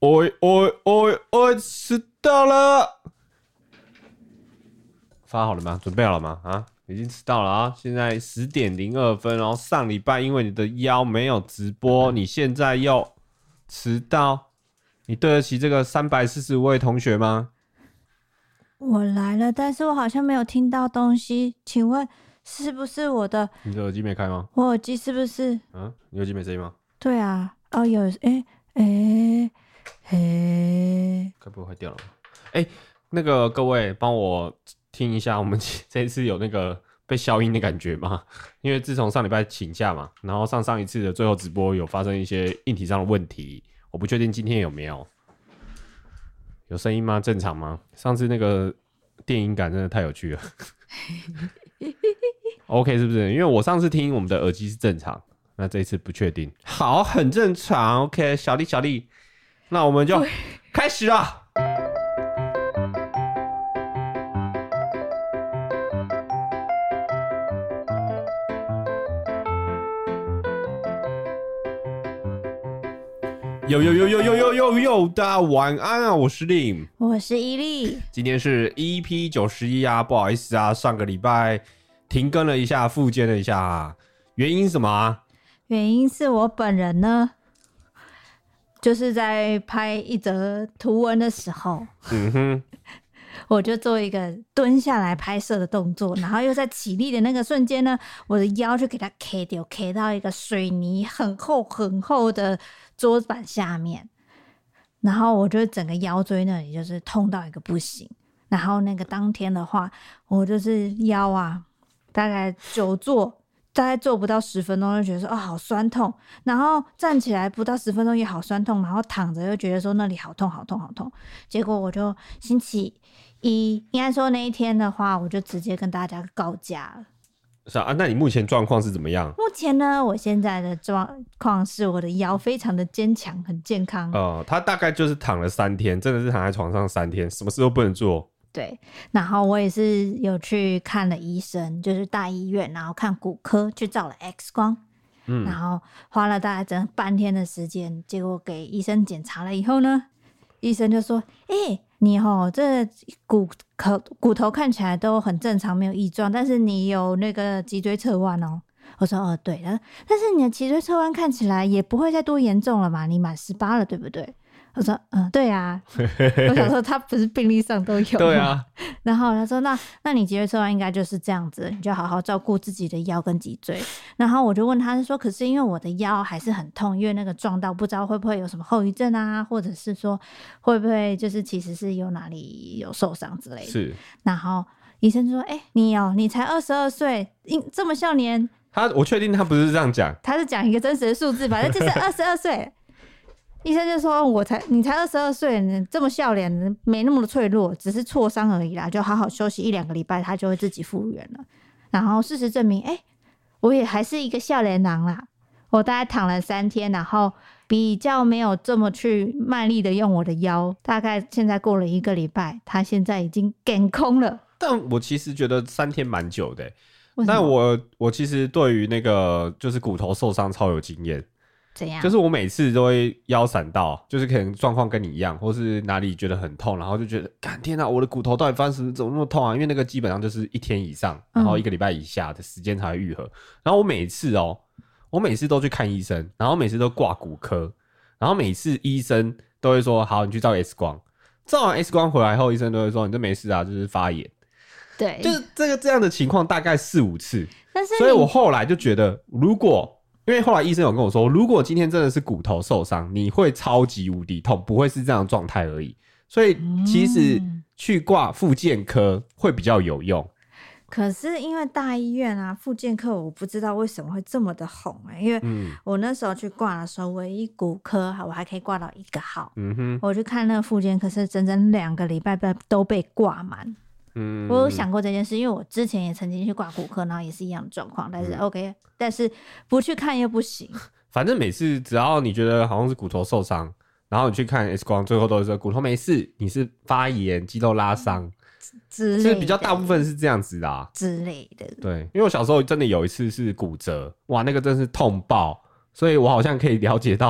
迟到了！发好了吗？准备好了吗？啊，已经迟到了啊！现在10:02，然后上礼拜因为你的腰没有直播，你现在又迟到，你对得起这个345位同学吗？ 我来了，但是我好像没有听到东西，请问是不是我的？ 你的耳机没开吗？ 我耳机是不是？ 啊，你耳机没声音吗？ 对啊，哦有， 该不会坏掉了吧？那个各位帮我听一下，我们这一次有那个被消音的感觉吗？因为自从上礼拜请假嘛，然后上一次的最后直播有发生一些硬体上的问题，我不确定今天有没有。有声音吗？正常吗？上次那个电音感真的太有趣了。OK 是不是？因为我上次听我们的耳机是正常，那这一次不确定。好，很正常。OK， 小丽，那我们就开始了。哟，大家晚安啊！我是Lim， 我是伊利。 今天是 EP 91啊，不好意思啊，上个礼拜停更了一下，复健了一下啊，原因是什么啊？ 原因是我本人呢，就是在拍一则图文的时候，我就做一个蹲下来拍摄的动作，然后又在起立的那个瞬间呢，我的腰就给它 K 掉，K 到一个水泥很厚的桌板下面，然后我就整个腰椎那里就是痛到一个不行。然后那个当天的话，我就是腰啊，大概大概做不到10分钟就觉得说好酸痛，然后站起来不到10分钟也好酸痛，然后躺着又觉得说那里好痛。结果我就星期一，应该说那一天的话，我就直接跟大家告假了。 是啊，那你目前状况是怎么样？ 目前呢，我现在的状况是我的腰非常的坚强，很健康。 他大概就是躺了3天，真的是躺在床上3天，什么事都不能做。 对，然后我也是有去看了医生，就是大医院，然后看骨科，去照了 X 光，然后花了大概整半天的时间，结果给医生检查了以后呢，医生就说：“你这骨头看起来都很正常，没有异状，但是你有那个脊椎侧弯哦。”我说：“对。”但是你的脊椎侧弯看起来也不会再多严重了嘛？你满18了，对不对？我说对啊。我想说他不是病历上都有吗？ 对啊。 然后他说那你脊椎侧弯应该就是这样子，你就好好照顾自己的腰跟脊椎。然后我就问他说，可是因为我的腰还是很痛，因为那个撞到不知道会不会有什么后遗症啊，或者是说会不会就是其实是有哪里有受伤之类的。 是。 然后医生就说你才22岁，这么少年。 我确定他不是这样讲， 他是讲一个真实的数字吧，那就是22岁。医生就说你才22岁，你这么笑脸，没那么的脆弱，只是挫伤而已啦，就好好休息1-2个礼拜，他就会自己复原了。然后事实证明，我也还是一个笑脸郎啦。我大概躺了3天，然后比较没有这么去卖力的用我的腰，大概现在过了1个礼拜，他现在已经干空了。 但我其实觉得3天蛮久的。但我其实对于那个就是骨头受伤超有经验。 怎样？ 就是我每次都会腰闪到，就是可能状况跟你一样，或是哪里觉得很痛，然后就觉得天哪，我的骨头到底发生什么，怎么那么痛啊？因为那个基本上就是1天以上，然后1个礼拜以下的时间才会愈合。然后我每次都去看医生，然后每次都挂骨科，然后每次医生都会说好，你去照 X 光。照完 X 光回来后，医生都会说你这没事啊，就是发炎。 对， 就是这样的情况大概4-5次。所以我后来就觉得，因为后来医生有跟我说，如果今天真的是骨头受伤，你会超级无敌痛，不会是这样的状态而已。所以其实去挂复健科会比较有用。 可是因为大医院啊，复健科我不知道为什么会这么的红因为我那时候去挂的时候，唯一骨科我还可以挂到1个号。我去看那个复健科是整整2个礼拜都被挂满。我有想过这件事，因为我之前也曾经去挂骨科，然后也是一样的状况，但是 OK， 但是不去看又不行。 反正每次只要你觉得好像是骨头受伤，然后你去看 X 光，最后都是说骨头没事，你是发炎、肌肉拉伤之类的，是比较大部分是这样子啦之类的。 对，因为我小时候真的有一次是骨折，哇，那个真是痛爆，所以我好像可以了解到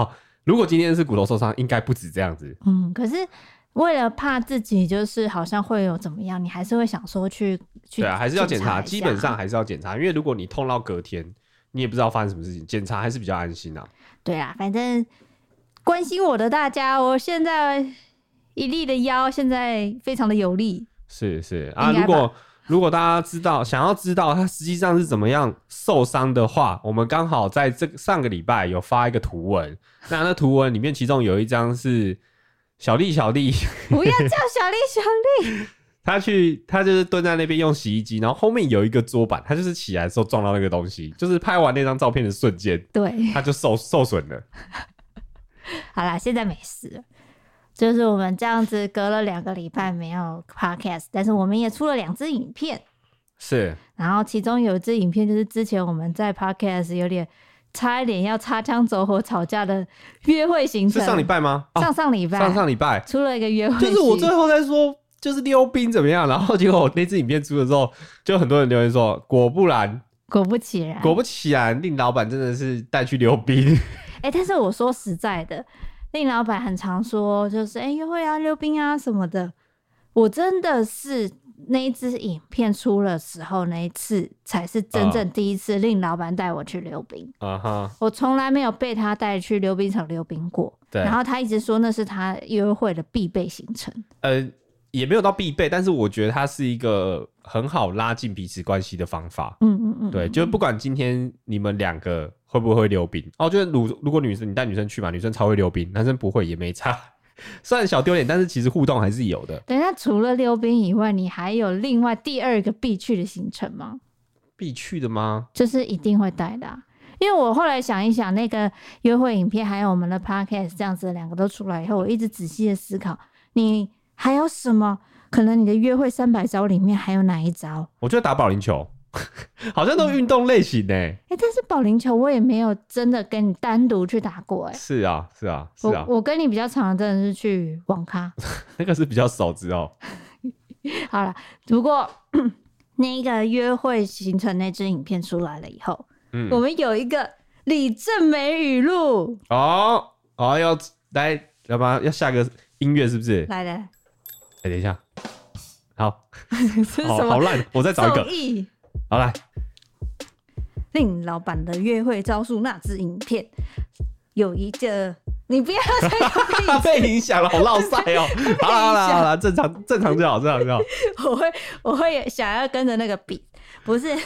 如果今天是骨头受伤，应该不止这样子。 可是为了怕自己就是好像会有怎么样，你还是会想说去对啊，还是要检查，基本上还是要检查，因为如果你痛到隔天，你也不知道发生什么事情，检查还是比较安心啊。 对啦，反正关心我的大家，我现在一粒的腰现在非常的有力。 是啊，如果大家想要知道它实际上是怎么样受伤的话，我们刚好在上个礼拜有发一个图文，那图文里面其中有一张是小丽， 不要叫小丽， 他就是蹲在那边用洗衣机，然后后面有一个桌板，他就是起来的时候撞到那个东西，就是拍完那张照片的瞬间， 对， 他就受损了。 好啦，现在没事了。就是我们这样子隔了2个礼拜没有 podcast， 但是我们也出了2支影片， 是。 然后其中有一支影片就是之前我们在 podcast 有点差一点要擦枪走火吵架的约会行程， 是上礼拜吗？ 上礼拜出了一个约会， 就是我最后在说就是溜冰怎么样，然后结果我那支影片出的时候，就很多人留言说，果不其然，令老板真的是带去溜冰。 但是我说实在的，令老板很常说就是约会啊、溜冰啊什么的，我真的是那一支影片出了时候那一次才是真正第一次令老板带我去溜冰。我从来没有被他带去溜冰场溜冰过。对，然后他一直说那是他约会的必备行程。 也没有到必备，但是我觉得它是一个很好拉近彼此关系的方法。对，就不管今天你们2个会不会溜冰，我觉得如果你带女生去嘛，女生超会溜冰，男生不会也没差。虽然小丢脸，但是其实互动还是有的。 对，那除了溜冰以外，你还有另外第2个必去的行程吗？ 必去的吗？ 就是一定会带的因为我后来想一想，那个约会影片还有我们的 podcast 这样子2个都出来以后，我一直仔细的思考，你还有什么可能你的约会300招里面还有哪一招？ 我觉得打保龄球好像都运动类型但是保龄球我也没有真的跟你单独去打过是啊我跟你比较常的真的是去网咖那个是比较熟知好了，不过那个约会行程那支影片出来了以后，我们有一个李正美语录要来，要下个音乐是不是？ 来等一下，好是什么？ 好烂，我再找一个。好来， 令老板的约会招数那支影片有一个，你不要再被影响了，好落塞好了，正常就好。 我会想要跟着那个比，不是，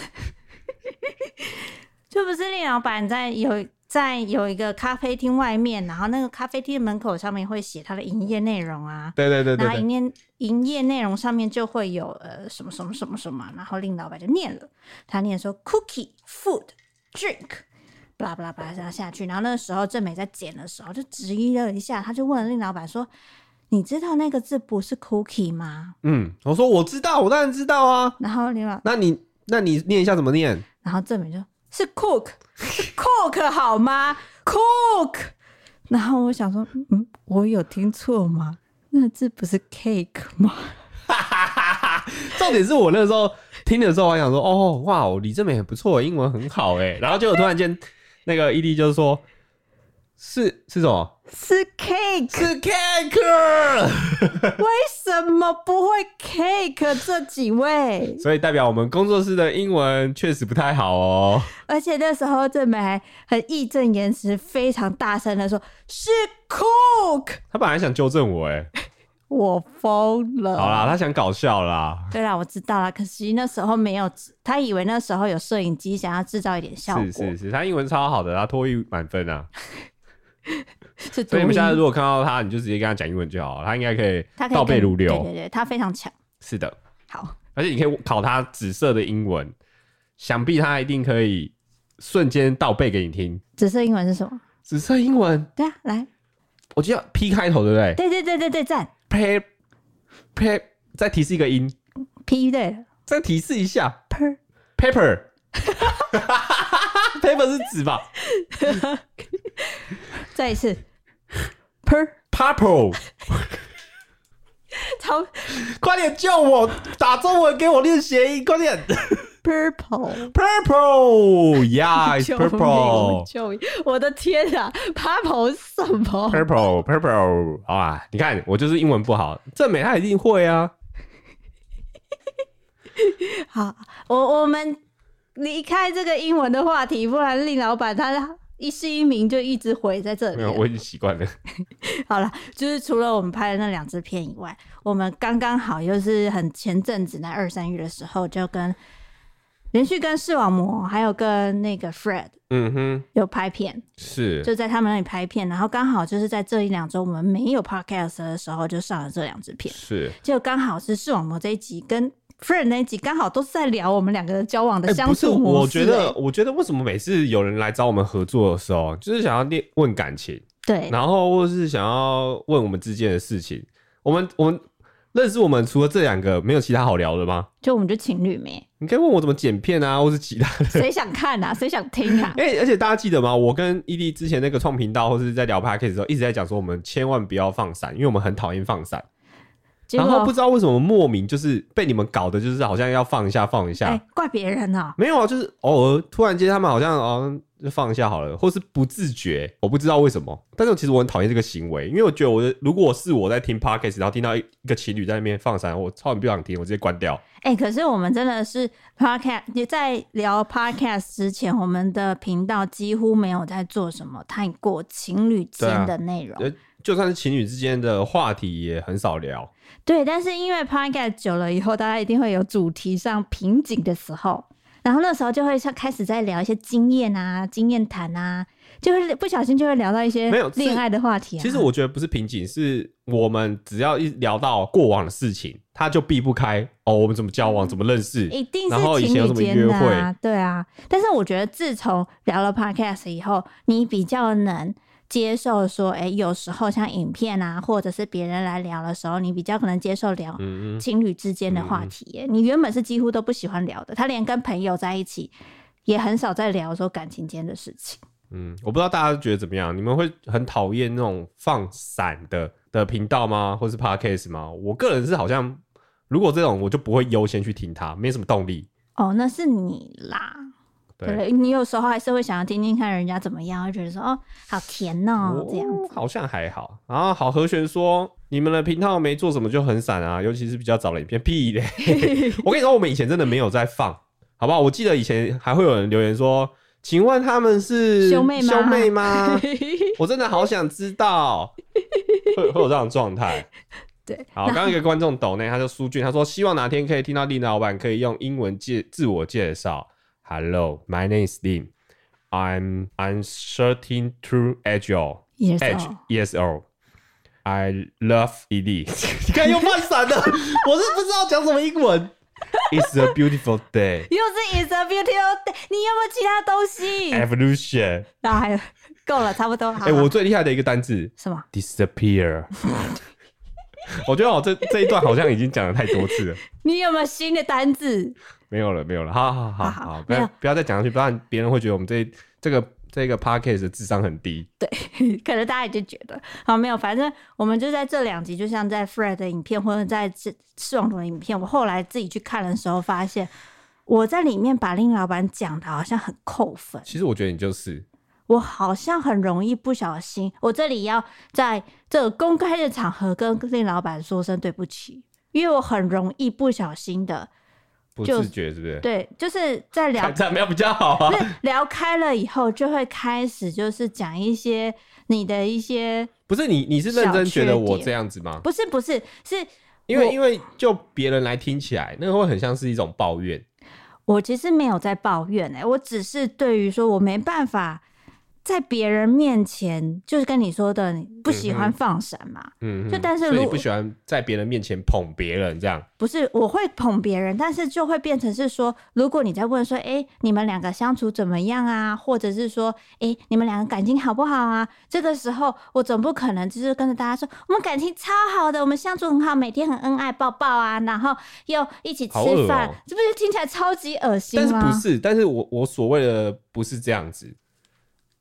就不是令老板在有一个咖啡厅外面，然后那个咖啡厅的门口上面会写他的营业内容啊。 对。然后营业内容上面就会有什么什么什么什么，然后令老板就念了，他念说 cookie food drink blah blah blah 这样下去。然后那个时候正美在剪的时候就质疑了一下，他就问了令老板说：“你知道那个字不是 cookie 吗？” 我说我知道，我当然知道啊。 然后令老板， 那你念一下怎么念？ 然后正美就是cook 是 cook 好吗 ？cook。然后我想说，我有听错吗？那字不是 cake 吗？ 重点是我那个时候听的时候，我还想说，哇，李正美很不错，英文很好然后结果突然间那个 ED 就是说，是什么？ 是 cake， 是 cake。 为什么不会 cake 这几位？ 所以代表我们工作室的英文确实不太好而且那时候正美还很义正言辞、非常大声的说是 cook。 他本来想纠正我我疯了。 好啦，他想搞笑啦。 对啦，我知道啦，可惜那时候没有，他以为那时候有摄影机，想要制造一点效果。 是，他英文超好的，他托育满分啊。所以你们现在如果看到他，你就直接跟他讲英文就好了，他应该可以倒背如流。 对，他非常强。 是的， 好， 而且你可以考他紫色的英文，想必他一定可以瞬间倒背给你听。 紫色英文是什么？ 紫色英文， 对啊，来， 我记得 P 开头，对不对？ 对，赞。 再提示一个音 P 对了， 再提示一下 Pepper。Pepper 是纸吧？ 再一次 Purple。快点救我！打中文给我练谐音，快点！ Purple Yeah, it's purple. 我的天啊 ，Purple 是什么 Purple 啊！你看我就是英文不好，正美他一定会啊。 好，我们离开这个英文的话题，不然令老板他一世一名就一直回在这里。 没有，我已经习惯了。 好了，就是除了我们拍的那2支片以外，我们刚刚好又是很前阵子在2、3月的时候，就连续跟视网膜还有跟那个 Fred 有拍片， 是就在他们那里拍片，然后刚好就是在这1、2周我们没有 podcast 的时候，就上了这2支片， 是， 结果刚好是视网膜这一集跟Fred 那一集刚好都是在聊我们2个人交往的相处模式。 我觉得为什么每次有人来找我们合作的时候，就是想要问感情， 对， 然后或是想要问我们之间的事情。我们认识我们除了这2个，没有其他好聊的吗？ 就我们就情侣没。 你可以问我怎么剪片啊，或是其他的。 谁想看啊？谁想听啊？ 而且大家记得吗？我跟ED之前那个创频道或是在聊 podcast 的时候，一直在讲说我们千万不要放闪，因为我们很讨厌放闪。然后不知道为什么莫名就是被你们搞的，就是好像要放一下放一下， 怪别人啊？ 没有啊，就是偶尔突然间他们好像就放一下好了，或是不自觉，我不知道为什么。但是其实我很讨厌这个行为，因为我觉得如果是我在听 podcast， 然后听到一个情侣在那边放闪，我超级不想听，我直接关掉。 可是我们真的是 podcast， 也在聊 podcast 之前，我们的频道几乎没有在做什么太过情侣间的内容。 就算是情侣之间的话题也很少聊。 对，但是因为 podcast 久了以后，大家一定会有主题上瓶颈的时候，然后那时候就会开始在聊一些经验啊、经验谈啊，就会不小心就会聊到一些恋爱的话题啊。 其实我觉得不是瓶颈，是我们只要一聊到过往的事情，他就避不开我们怎么交往、怎么认识， 一定是然后以前有怎么约会啊，对啊。但是我觉得自从聊了 podcast 以后，你比较能接受说，有时候像影片啊，或者是别人来聊的时候，你比较可能接受聊情侣之间的话题。你原本是几乎都不喜欢聊的，他连跟朋友在一起也很少在聊说感情间的事情。 我不知道大家觉得怎么样？你们会很讨厌那种放闪的频道吗？或是 podcast 吗？我个人是好像，如果这种我就不会优先去听它，没什么动力。 那是你啦。对，你有时候还是会想要听听看人家怎么样，会觉得说好甜哦，这样子好像还好。然后好和弦说你们的频道没做什么就很闪啊，尤其是比较早的影片，屁嘞！我跟你说，我们以前真的没有在放，好不好？我记得以前还会有人留言说，请问他们是兄妹吗？我真的好想知道，会有这种状态。 对， 好，刚刚一个观众抖内，他就苏俊，他说希望哪天可以听到林老板可以用英文自我介绍。Hello, my name is Lin. I'm 32 years old. I love ED. 你看又犯闪了，我是不知道讲什么英文。It's a beautiful day. 又是 It's a beautiful day. 你有没有其他东西 ？Evolution. 还有够了，差不多。 我最厉害的一个单字什么 ？Disappear. 我觉得我这一段好像已经讲了太多次了。 你有没有新的单字？ 没有了。好，不要再讲下去，不然别人会觉得我们这个 podcast 的智商很低。 对，可能大家已经觉得好，没有，反正我们就在这2集，就像在 Fred 的影片或者在视网膜的影片，我后来自己去看的时候，发现我在里面把令老板讲的好像很扣分。 其实我觉得你就是。 我好像很容易不小心，我这里要在这个公开的场合跟令老板说声对不起，因为我很容易不小心的不自觉，是不是？ 对，就是在聊这样比较好啊。 聊开了以后，就会开始就是讲一些你的一些， 不是你是认真觉得我这样子吗？ 不是，是因为就别人来听起来，那个会很像是一种抱怨。 我其实没有在抱怨我只是对于说我没办法。在别人面前，就是跟你说的，你不喜欢放闪嘛？就但是所以你不喜欢在别人面前捧别人这样？ 不是，我会捧别人，但是就会变成是说，如果你在问说，你们2个相处怎么样啊？或者是说，你们2个感情好不好啊？这个时候，我总不可能就是跟着大家说，我们感情超好的，我们相处很好，每天很恩爱，抱抱啊，然后又一起吃饭，这不是听起来超级恶心吗？ 但是我所谓的不是这样子。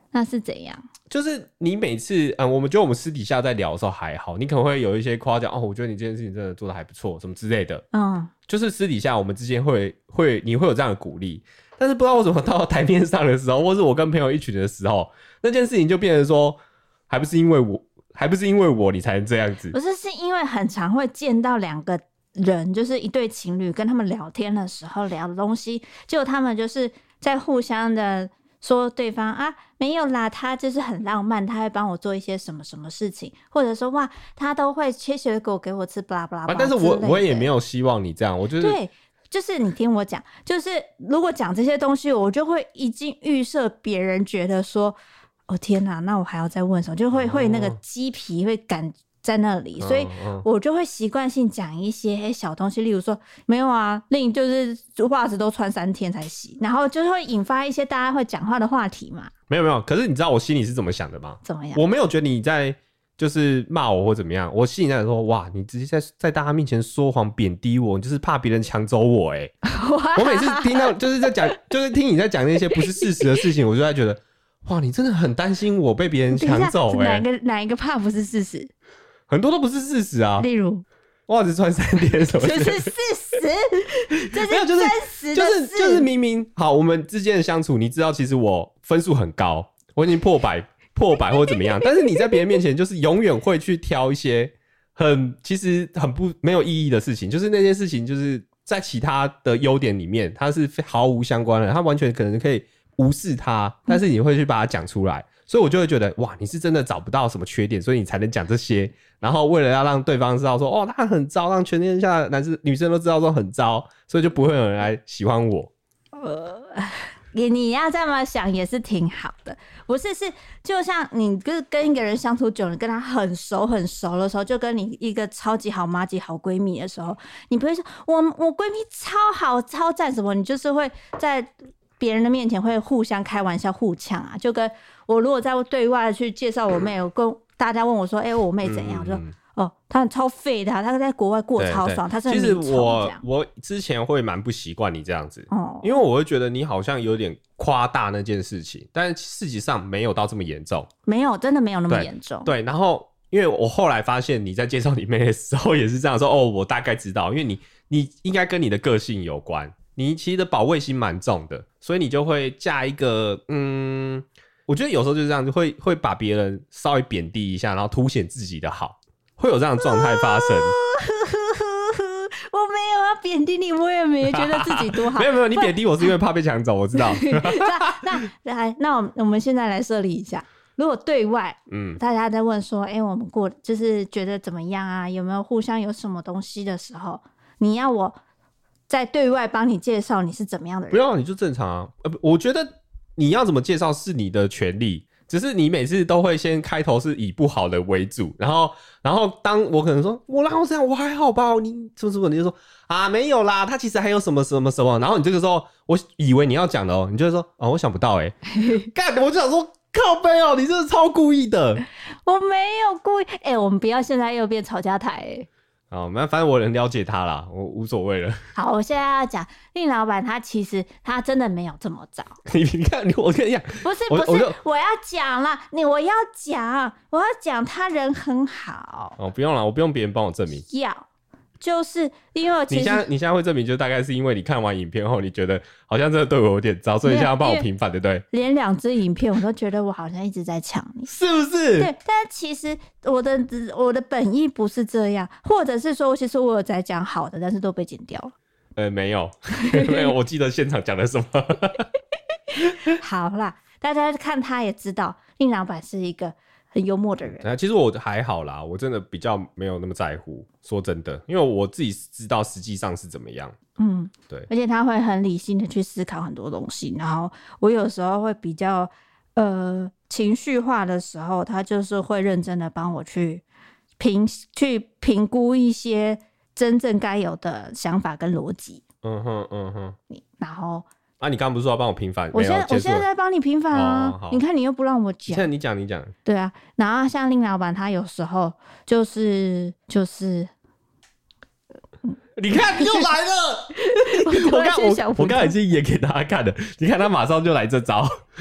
那是怎样？ 就是你每次我们觉得我们私底下在聊的时候还好，你可能会有一些夸奖哦，我觉得你这件事情真的做得还不错，什么之类的。就是私底下我们之间你会有这样的鼓励，但是不知道为什么到台面上的时候，或是我跟朋友一群的时候，那件事情就变成说，还不是因为我你才能这样子？ 不是，是因为很常会见到2个人，就是一对情侣，跟他们聊天的时候聊的东西，结果他们就是在互相的说对方啊，没有啦，他就是很浪漫，他会帮我做一些什么什么事情，或者说哇，他都会切水果给我吃，巴拉巴拉。 但是我也没有希望你这样，我觉得对，就是你听我讲，就是如果讲这些东西，我就会已经预设别人觉得说，哦天哪，那我还要再问什么，就会那个鸡皮会赶在那里，所以我就会习惯性讲一些小东西，例如说没有啊，另就是袜子都穿3天才洗，然后就会引发一些大家会讲话的话题嘛。 没有，可是你知道我心里是怎么想的吗？ 怎么样？ 我没有觉得你在就是骂我或怎么样，我心里在说哇，你直接在大家面前说谎贬低我，你就是怕别人抢走我我每次听到就是在讲，就是听你在讲那些不是事实的事情，我就在觉得哇，你真的很担心我被别人抢走哪一个怕不是事实？ 很多都不是事实啊， 例如袜子穿3天什么的， 这是事实，这是真实的事， 就是明明好，我们之间的相处，你知道，其实我分数很高，我已经破百或怎么样，但是你在别人面前就是永远会去挑一些其实很没有意义的事情，就是那些事情就是在其他的优点里面，它是毫无相关的，它完全可能可以无视它，但是你会去把它讲出来。所以我就会觉得哇，你是真的找不到什么缺点，所以你才能讲这些，然后为了要让对方知道说哦他很糟，让全天下的女生都知道说很糟，所以就不会有人来喜欢我。 你要这么想也是挺好的，不是就像你跟一个人相处久了，跟他很熟的时候，就跟你一个超级好麻吉好闺蜜的时候，你不会说我闺蜜超好超赞什么，你就是会在别人的面前会互相开玩笑互呛啊，就跟我如果在对外去介绍我妹，我跟大家问我说我妹怎样，我就说哦她超废的，她在国外过超爽，她是很迷虫。其实我之前会蛮不习惯你这样子，因为我会觉得你好像有点夸大那件事情，但事实上没有到这么严重， 没有，真的没有那么严重。 对，然后因为我后来发现你在介绍你妹的时候也是这样说，我大概知道，因为你应该跟你的个性有关，你其实的保卫心蛮重的，所以你就会架一个我觉得有时候就是这样，会把别人稍微贬低一下，然后凸显自己的好，会有这样的状态发生。 我没有要贬低你，我也没觉得自己多好。 没有，你贬低我是因为怕被抢走，我知道。 那我们现在来设立一下，如果对外，大家在问说，我们就是觉得怎么样啊？有没有互相有什么东西的时候，你要我在对外帮你介绍你是怎么样的人？ 不要，你就正常啊。我觉得你要怎么介绍是你的权利，只是你每次都会先开头是以不好的为主，然后当我可能说我哪有这样，我还好吧，你什么你就说啊没有啦，他其实还有什么什么什么，然后你这个时候我以为你要讲的你就会说我想不到干我就想说靠北你真的超故意的。 我没有故意我们不要现在又变吵架台反正我能了解他啦，我无所谓了。 好，我现在要讲令老板，他其实他真的没有这么糟。 你看，我跟你讲， 不是，我要讲啦，我要讲，他人很好。 不用啦，我不用别人帮我证明。 就是因为你现在会证明，就大概是因为你看完影片后，你觉得好像真的对我有点糟，所以你现在要帮我平反，对不对？ 连2支影片我都觉得我好像一直在抢你， 是不是？ 对，但其实我的本意不是这样，或者是说，其实我有在讲好的，但是都被剪掉了。 没有，我记得现场讲的什么。 好啦，大家看他也知道，令老板是一个很幽默的人。 其实我还好啦，我真的比较没有那么在乎。说真的，因为我自己知道实际上是怎么样。对。而且他会很理性的去思考很多东西，然后我有时候会比较情绪化的时候，他就是会认真的帮我去评估一些真正该有的想法跟逻辑。然后。 你刚刚不是说要帮我平反？ 我现在在帮你平反啊！你看你又不让我讲， 现在你讲。 对啊，然后像令老板他有时候就是你看你又来了。我刚才已经演给大家看了，你看他马上就来这招。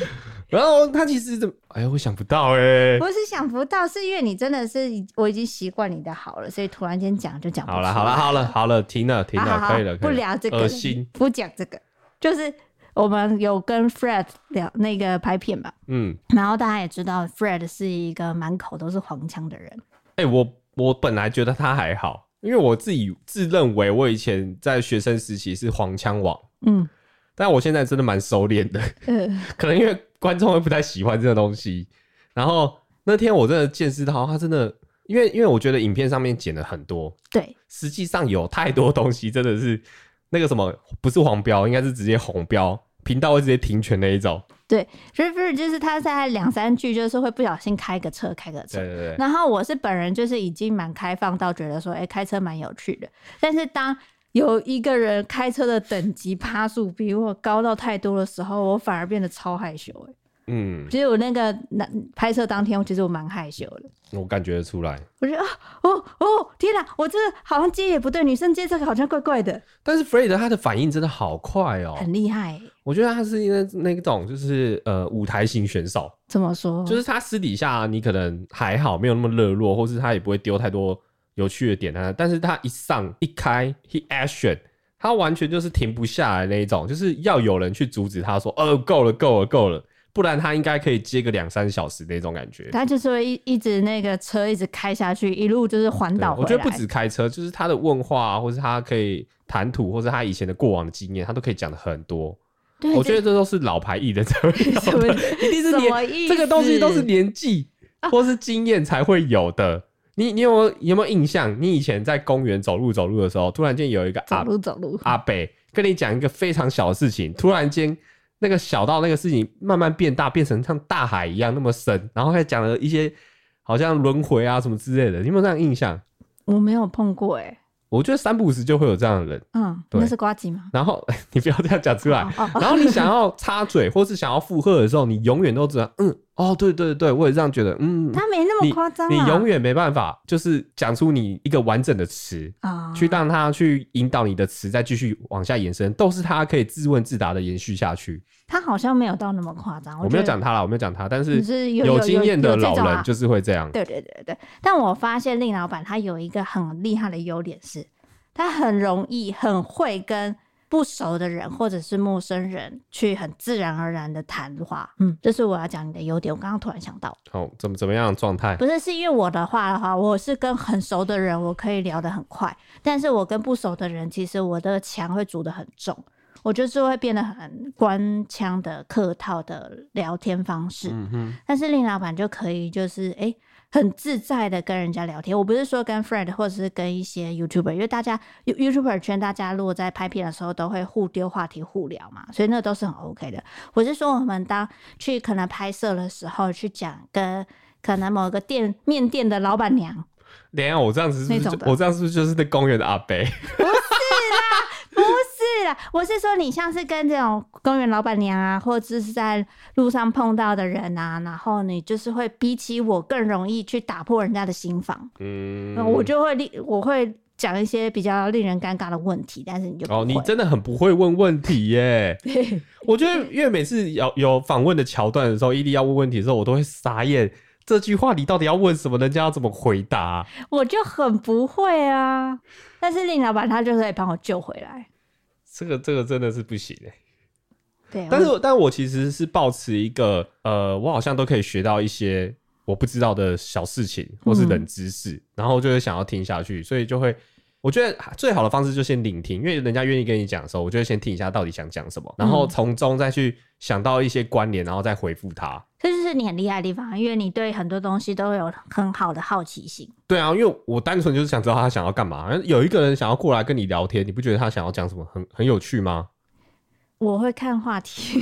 然后他其实我想不到不是想不到，是因为你真的是我已经习惯你的好了，所以突然間讲就讲不出来。 好了，停了，可以了， 不聊这个， 恶心， 不讲这个，就是我们有跟 Fred 聊那个拍片嘛，然后大家也知道 Fred 是一个满口都是黄腔的人。 我本来觉得他还好，因为我自己自认为我以前在学生时期是黄腔王，但我现在真的蛮收敛的，可能因为观众会不太喜欢这个东西。然后那天我真的见识到他真的，因为我觉得影片上面剪了很多， 对， 实际上有太多东西真的是那个什么，不是黄标，应该是直接红标，频道会直接停权那一种。 对，就是他在2-3句就是会不小心开个车， 对。 然后我是本人就是已经蛮开放到觉得说，开车蛮有趣的。但是当有一个人开车的等级趴数比我高到太多的时候，我反而变得超害羞。其实我那个拍摄当天，其实我蛮害羞的。 我感觉得出来， 我觉得天哪，我这个好像接也不对，女生接这个好像怪怪的。 但是 Fred 他的反应真的好快哦， 很厉害。 我觉得他是那种就是舞台型选手。 怎么说？ 就是他私底下你可能还好，没有那么热络，或是他也不会丢太多有趣的点啊。但是他一开 he action， 他完全就是停不下来那一种，就是要有人去阻止他说够了。不然他应该可以接个2-3小时那种感觉。 他就是会一直那个车一直开下去，一路就是环岛回来。 我觉得不止开车，就是他的问话，或是他可以谈吐，或是他以前的过往的经验，他都可以讲的很多。 对， 我觉得这都是老牌艺人才会有的，一定是这个东西都是年纪或是经验才会有的。你有没有印象？你以前在公园走路的时候，突然间有一个走路阿伯跟你讲一个非常小的事情，突然间那个小到那个事情慢慢变大，变成像大海一样那么深，然后还讲了一些好像轮回啊什么之类的，你有没有这样印象？ 我没有碰过我觉得3不5时就会有这样的人。 那是呱吉吗？ 然后你不要这样讲出来。然后你想要插嘴或是想要附和的时候，你永远都知道对，我也这样觉得。 他没那么夸张。 你永远没办法就是讲出你一个完整的词去让他去引导你的词再继续往下延伸，都是他可以自问自答的延续下去。 他好像没有到那么夸张。 我没有讲他啦，但是有经验的老人就是会这样。 对。但我发现令老板他有一个很厉害的优点是，他很会跟不熟的人或者是陌生人去很自然而然的谈话。这是我要讲你的优点。我刚刚突然想到。 怎么样的状态？ 不是因为我的话，我是跟很熟的人我可以聊得很快，但是我跟不熟的人，其实我的墙会筑得很重，我就是会变得很官腔的客套的聊天方式。但是令老板就可以就是很自在的跟人家聊天。我不是说跟 Fred 或者是跟一些 YouTuber， 因为大家 YouTuber 圈大家如果在拍片的时候都会互丢话题互聊嘛，所以那都是很 OK 的。我是说我们当去可能拍摄的时候去讲跟可能某个面店的老板娘， 等一下我这样子是不是就是那公园的阿伯？ 不是啦，我是说你像是跟这种公园老板娘啊，或者是在路上碰到的人啊，然后你就是会比起我更容易去打破人家的心防。我会讲一些比较令人尴尬的问题，但是你就不会。 你真的很不会问问题耶。我觉得因为每次有访问的桥段的时候，伊利要问问题的时候，我都会傻眼。这句话你到底要问什么？人家要怎么回答？ 我就很不会啊，但是令老板他就可以帮我救回来。 这个真的是不行对， 但我其实是抱持一个我好像都可以学到一些我不知道的小事情或是冷知识，然后就会想要听下去，所以就会。我觉得最好的方式就先聆听，因为人家愿意跟你讲的时候，我就会先听一下到底想讲什么，然后从中再去想到一些关联，然后再回复他。 这就是你很厉害的地方，因为你对很多东西都有很好的好奇心。 对啊，因为我单纯就是想知道他想要干嘛。有一个人想要过来跟你聊天，你不觉得他想要讲什么很有趣吗？ 我会看话题。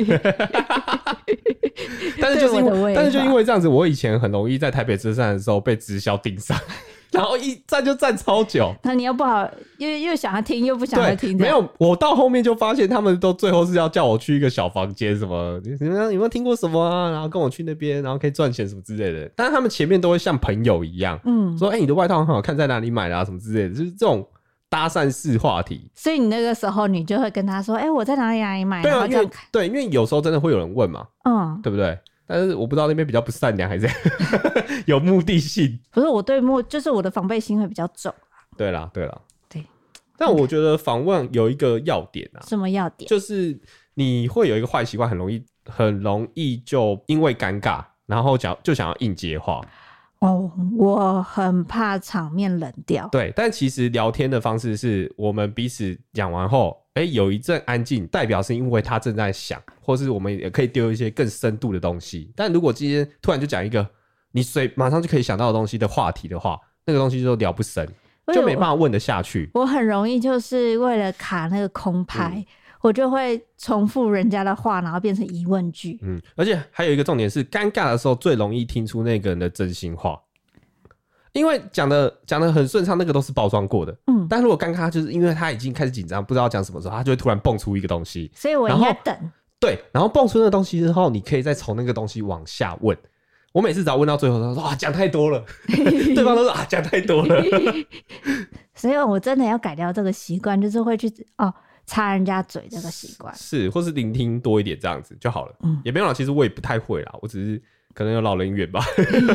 但是就因为这样子，我以前很容易在台北车站的时候被直销盯上。然后一站就站超久， 那你又不好，又想要听又不想要听。 没有，我到后面就发现他们都最后是要叫我去一个小房间，什么有没有听过什么啊？然后跟我去那边，然后可以赚钱什么之类的。但是他们前面都会像朋友一样，说你的外套很好看，在哪里买的啊？什么之类的，就是这种搭讪式话题。 所以你那个时候你就会跟他说：“我在哪里买？” 对啊， 对， 因为有时候真的会有人问嘛，对不对？但是我不知道那边比较不善良还是有目的性。 不是我就是我的防备心会比较重。 对啦。 对。 但我觉得访问有一个要点啊， 什么要点？ 就是你会有一个坏习惯，很容易就因为尴尬，然后就想要硬接话。 我很怕场面冷掉。 对，但其实聊天的方式是我们彼此讲完后，有一阵安静，代表是因为他正在想，或是我们也可以丢一些更深度的东西。但如果今天突然就讲一个你马上就可以想到的东西的话题的话，那个东西就聊不深，就没办法问得下去。 我很容易就是为了卡那个空拍，我就会重复人家的话，然后变成疑问句。 而且还有一个重点是，尴尬的时候最容易听出那个人的真心话，因为讲的很顺畅，那个都是包装过的。但如果尴尬，就是因为他已经开始紧张，不知道讲什么时候，他就会突然蹦出一个东西。 所以我应该等。 对，然后蹦出那个东西之后，你可以再从那个东西往下问。我每次只要问到最后，他说讲太多了，对方都说讲太多了。 所以我真的要改掉这个习惯，就是会去插人家嘴这个习惯， 是或是聆听多一点这样子就好了。也没有啦，其实我也不太会啦，我只是可能有老人缘吧。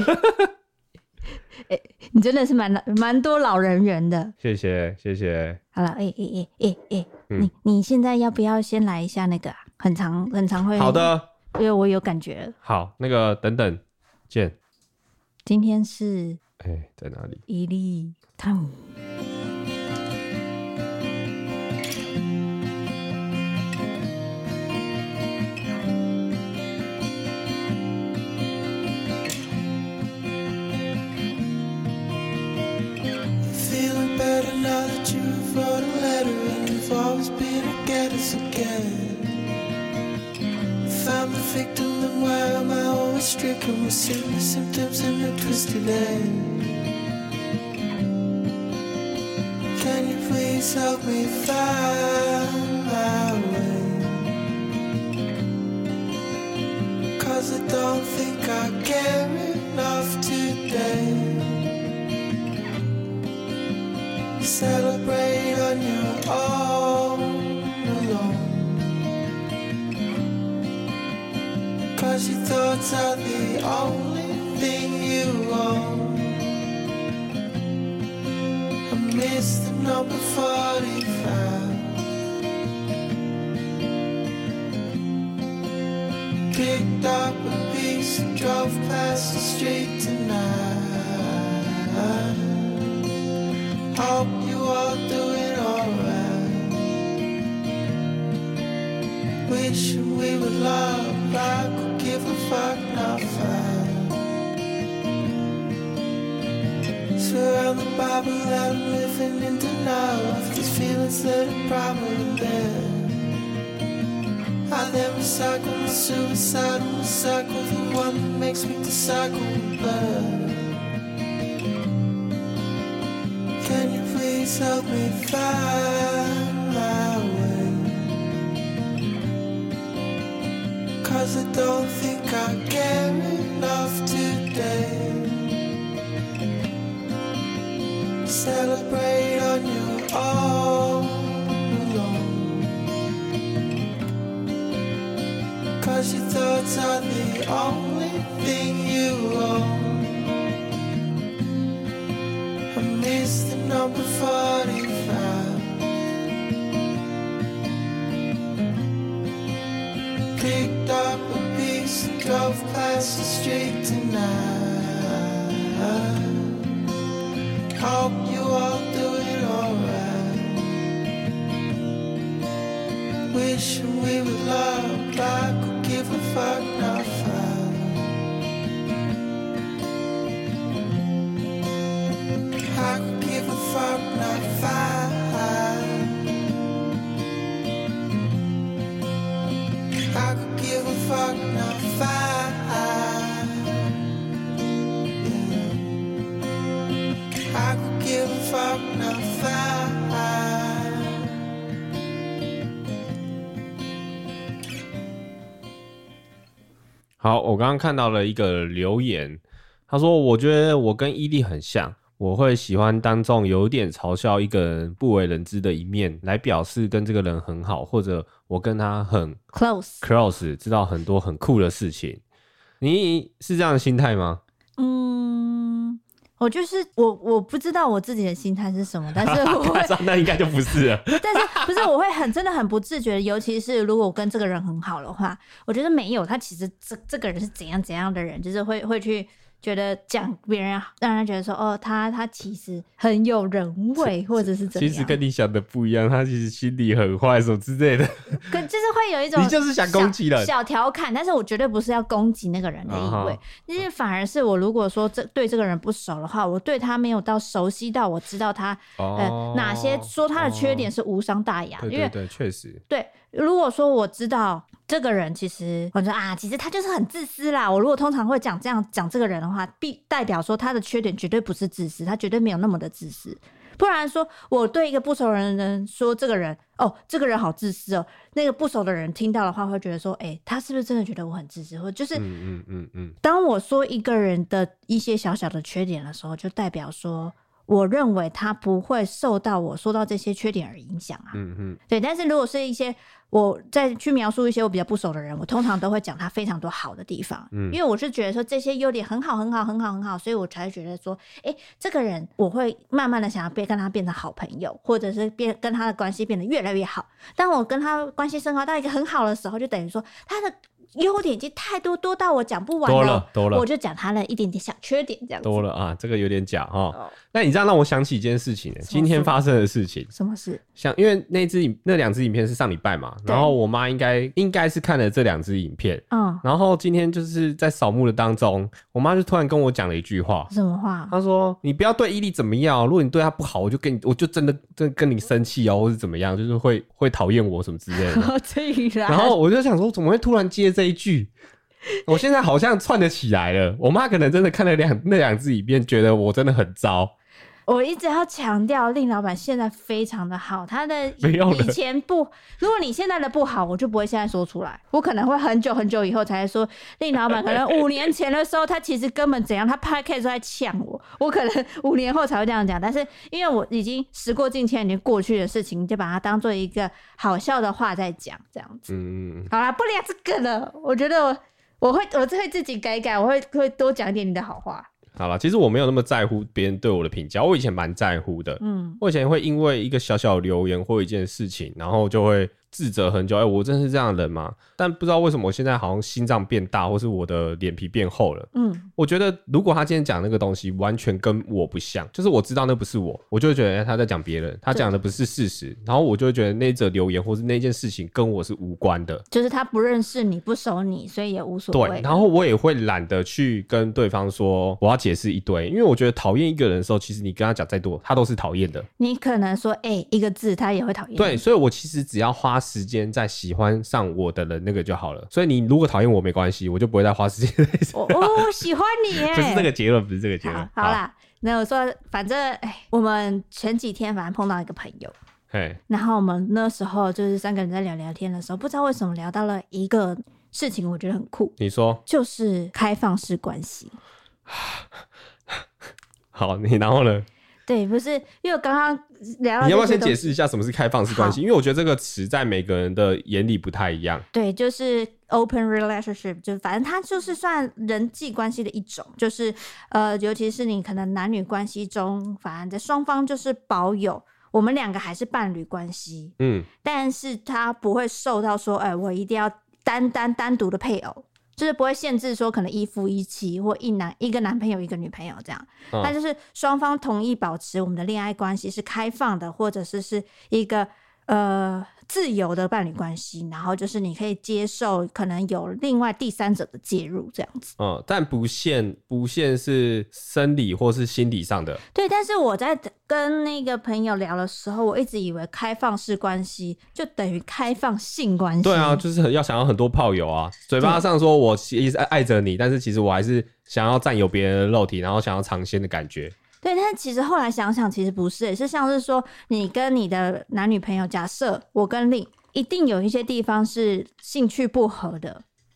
你真的是蛮多老人缘的， 谢谢。 好了，你现在要不要先来一下那个很长会？ 好的， 因为我有感觉了。 好，那个等等见。 今天是在哪里？ 伊利汤姆。 Now that you wrote a letter and you've always been together again, if I'm the victim, then why am I always stricken with similar symptoms and a twisted end? Can you please help me find my way? 'Cause I don't think I care enough today. Celebrate on your own alone, 'cause your thoughts are the only thing you own. I miss the number 45. Picked up a piece and drove past the street tonight. Hope you are doing alright. Wishing we would love like we give a fuck, not fight. Swear on the Bible that I'm living in denial of these feelings that are probably there. I then recycle my suicide and recycle the one that makes me decide going bad. Can you please help me find my way? 'Cause I don't think I care enough today. Celebrate on your own alone, 'cause your thoughts are the only thing you own. I miss the number 45. Picked up a piece and drove past the street tonight. Hope you all doing alright. Wishing we would love like we give a fuck, not fight. I could give a fuck, not fight. I could give a fuck, not fight. Yeah. I could give a fuck, not fight. 好，我刚刚看到了一个留言，他说：“我觉得我跟伊利很像。” 我会喜欢当众有点嘲笑一个人不为人知的一面，来表示跟这个人很好，或者我跟他很 close， 知道很多很酷的事情。你是这样的心态吗？ 我就是我不知道我自己的心态是什么，但是我会那应该就不是了。 但是不是我会真的很不自觉的，尤其是如果我跟这个人很好的话，我觉得没有他其实这个人是怎样怎样的人，就是会去觉得讲别人让人觉得说哦，他其实很有人味，或者是怎样。 其实跟你想的不一样，他其实心里很坏什么之类的。 就是会有一种你就是想攻击人小调侃，但是我绝对不是要攻击那个人的意味。就是反而是我如果说对这个人不熟的话，我对他没有到熟悉到我知道他哪些说他的缺点是无伤大雅。 对对对，确实。 对，如果说我知道这个人其实我说其实他就是很自私啦。我如果通常会讲这个人的话，必代表说他的缺点绝对不是自私，他绝对没有那么的自私。不然说我对一个不熟的人说这个人好自私哦，那个不熟的人听到的话会觉得说他是不是真的觉得我很自私，或就是当我说一个人的一些小小的缺点的时候，就代表说我认为他不会受到我说到这些缺点而影响啊。对。但是如果是一些我再去描述一些我比较不熟的人，我通常都会讲他非常多好的地方，因为我是觉得说这些优点很好很好很好很好，所以我才会觉得说这个人我会慢慢的想要跟他变成好朋友，或者是跟他的关系变得越来越好。当我跟他关系升华到一个很好的时候，就等于说他的优点已经太多到我讲不完了， 多了， 我就讲他的一点点小缺点这样子。 多了啊，这个有点假哈。那你这样让我想起一件事情，今天发生的事情。 什么事？ 因为那两支影片是上礼拜嘛，然后我妈应该是看了这两支影片，然后今天就是在扫墓的当中，我妈就突然跟我讲了一句话。 什么话？ 她说：“你不要对伊利怎么样，如果你对她不好，我就真的跟你生气哦，或是怎么样，就是会讨厌我什么之类的。”然后我就想说，怎么会突然接这一句？我现在好像串得起来了。我妈可能真的看了那两支影片，觉得我真的很糟。 我一直要强调，令老板现在非常的好，他的以前不，如果你现在的不好，我就不会现在说出来，我可能会很久很久以后才说，令老板可能5年前的时候，他其实根本怎样，他 podcast 都在呛我可能5年后才会这样讲，但是因为我已经时过境迁，已经过去的事情，就把它当做一个好笑的话在讲，这样子。好啦，不聊这个了，我觉得我会自己改，我会多讲一点你的好话。 好了，其实我没有那么在乎别人对我的评价，我以前蛮在乎的。我以前会因为一个小小的留言或一件事情，然后就会自责很久。我真的是这样的人吗？但不知道为什么我现在好像心脏变大，或是我的脸皮变厚了。我觉得如果他今天讲那个东西完全跟我不像，就是我知道那不是我就会觉得他在讲别人，他讲的不是事实，然后我就会觉得那则留言或是那件事情跟我是无关的， 就是他不认识你，不熟你，所以也无所谓。 对，然后我也会懒得去跟对方说我要解释一堆，因为我觉得讨厌一个人的时候，其实你跟他讲再多，他都是讨厌的。你可能说一个字，他也会讨厌。 对，所以我其实只要花时间在喜欢上我的人那个就好了。所以你如果讨厌我没关系，我就不会再花时间在我喜欢你耶。 不是这个结论，不是这个结论。 好啦，那我说反正我们前几天反正碰到一个朋友，然后我们那时候就是3个人在聊天的时候，不知道为什么聊到了一个事情，我觉得很酷。 你说？ 就是开放式关系。 好，你然后呢？ 对，不是因为我刚刚聊到， 你要不要先解释一下什么是开放式关系？因为我觉得这个词在每个人的眼里不太一样。 对，就是 open relationship， 就反正它就是算人际关系的一种，就是尤其是你可能男女关系中，反正双方就是保有我们2个还是伴侣关系，但是他不会受到说，我一定要单独的配偶。就是不会限制说可能1夫1妻或一个男朋友一个女朋友这样，但就是双方同意保持我们的恋爱关系是开放的，或者是一个自由的伴侣关系，然后就是你可以接受可能有另外第三者的介入这样子。 但不限是生理或是心理上的。 对，但是我在跟那个朋友聊的时候，我一直以为开放式关系就等于开放性关系。 对啊，就是想要很多炮友啊，嘴巴上说我其实爱着你，但是其实我还是想要占有别人的肉体，然后想要尝鲜的感觉。 对，但是其实后来想想，其实不是，是像是说你跟你的男女朋友，假设我跟另一定有一些地方是兴趣不合的，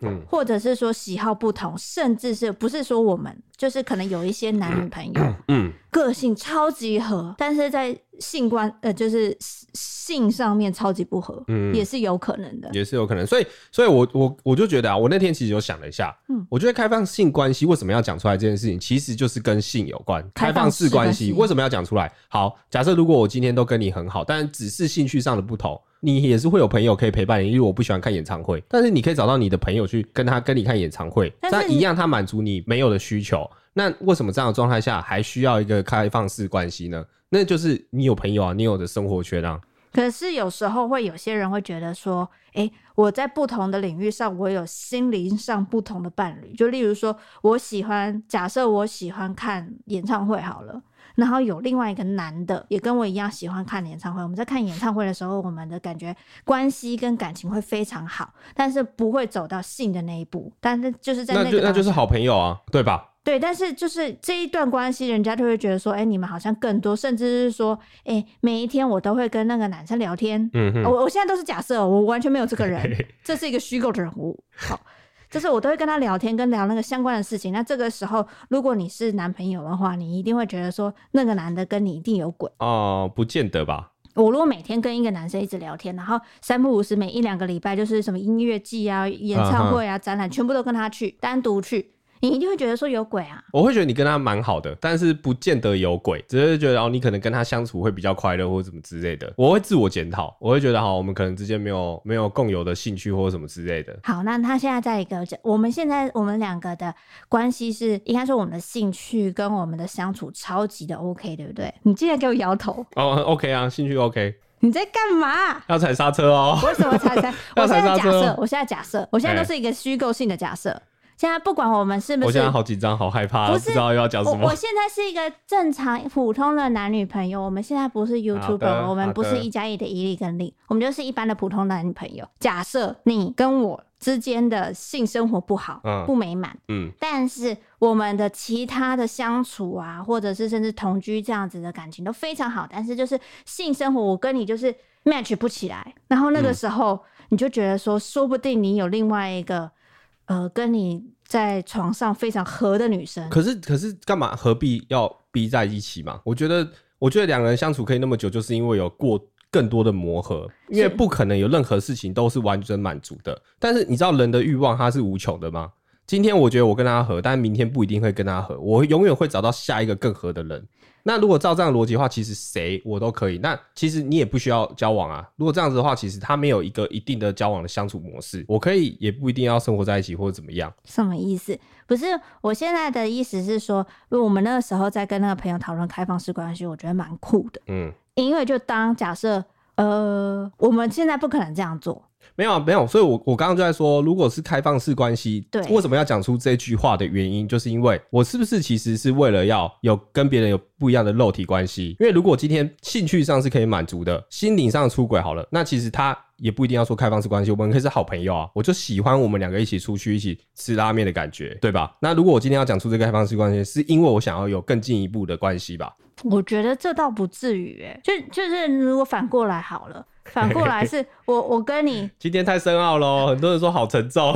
或者是说喜好不同，甚至是不是说我们就是可能有一些男女朋友，个性超级合，但是在性就是性上面超级不合，也是有可能的， 也是有可能。所以我就觉得啊，我那天其实有想了一下，我觉得开放性关系为什么要讲出来这件事情，其实就是跟性有关。开放式关系为什么要讲出来？好，假设如果我今天都跟你很好，但只是兴趣上的不同，你也是会有朋友可以陪伴你，因为我不喜欢看演唱会，但是你可以找到你的朋友去跟你看演唱会，但一样他满足你没有的需求。那为什么这样的状态下还需要一个开放式关系呢？那就是你有朋友啊，你有的生活圈啊。 可是有时候会有些人会觉得说，我在不同的领域上，我有心灵上不同的伴侣。就例如说，假设我喜欢看演唱会好了，然后有另外一个男的也跟我一样喜欢看演唱会，我们在看演唱会的时候，我们的感觉关系跟感情会非常好，但是不会走到性的那一步，但是就是在那就是好朋友啊，对吧？ 对，但是就是这一段关系，人家就会觉得说，你们好像更多，甚至是说，每一天我都会跟那个男生聊天。我现在都是假设，我完全没有这个人，这是一个虚构的人物。好，就是我都会跟他聊天，跟聊那个相关的事情。那这个时候，如果你是男朋友的话，你一定会觉得说，那个男的跟你一定有鬼。 不见得吧。 我如果每天跟一个男生一直聊天，然后3不5时每1-2个礼拜就是什么音乐季啊、演唱会啊、展览，全部都跟他去，单独去。你一定会觉得说有鬼啊！ 我会觉得你跟他蛮好的，但是不见得有鬼，只是觉得你可能跟他相处会比较快乐或者什么之类的。我会自我检讨，我会觉得我们可能之间没有共有的兴趣或者什么之类的。 好，那他现在在一个我们两个的关系是，应该说我们的兴趣跟我们的相处超级的 OK， 对不对？你竟然给我摇头 ？OK 啊，兴趣 OK。 你在干嘛？ 要踩刹车哦！ 为什么踩刹？我现在假设，我现在都是一个虚构性的假设。现在不管我们是不是， 我现在好紧张，好害怕，不知道又要讲什么。 我现在是一个正常普通的男女朋友，我们现在不是 YouTuber， 我们不是1+1的伊利跟利，我们就是一般的普通男女朋友。假设你跟我之间的性生活不好，不美满，但是我们的其他的相处啊，或者是甚至同居这样子的感情都非常好，但是就是性生活我跟你就是 match 不起来，然后那个时候你就觉得说，说不定你有另外一个跟你在床上非常合的女生。可是干嘛何必要逼在一起嘛？我觉得两个人相处可以那么久，就是因为有过更多的磨合，因为不可能有任何事情都是完全满足的。但是你知道人的欲望它是无穷的吗？今天我觉得我跟他合，但明天不一定会跟他合，我永远会找到下一个更合的人。那如果照这样的逻辑的话，其实谁我都可以。那其实你也不需要交往啊。如果这样子的话，其实他没有一个一定的交往的相处模式，我可以也不一定要生活在一起或者怎么样。 什么意思？不是，我现在的意思是说，我们那个时候在跟那个朋友讨论开放式关系，我觉得蛮酷的。因为就当假设我们现在不可能这样做。 没有，所以我刚刚就在说，如果是开放式关系， 对， 为什么要讲出这句话的原因，就是因为我是不是其实是为了要有跟别人有不一样的肉体关系？因为如果今天兴趣上是可以满足的，心灵上的出轨好了，那其实他也不一定要说开放式关系，我们可以是好朋友啊。我就喜欢我们两个一起出去一起吃拉面的感觉，对吧？那如果我今天要讲出这个开放式关系，是因为我想要有更进一步的关系吧？ 我觉得这倒不至于就是如果反过来好了。反过来是我跟你今天太深奥了，很多人说好沉重。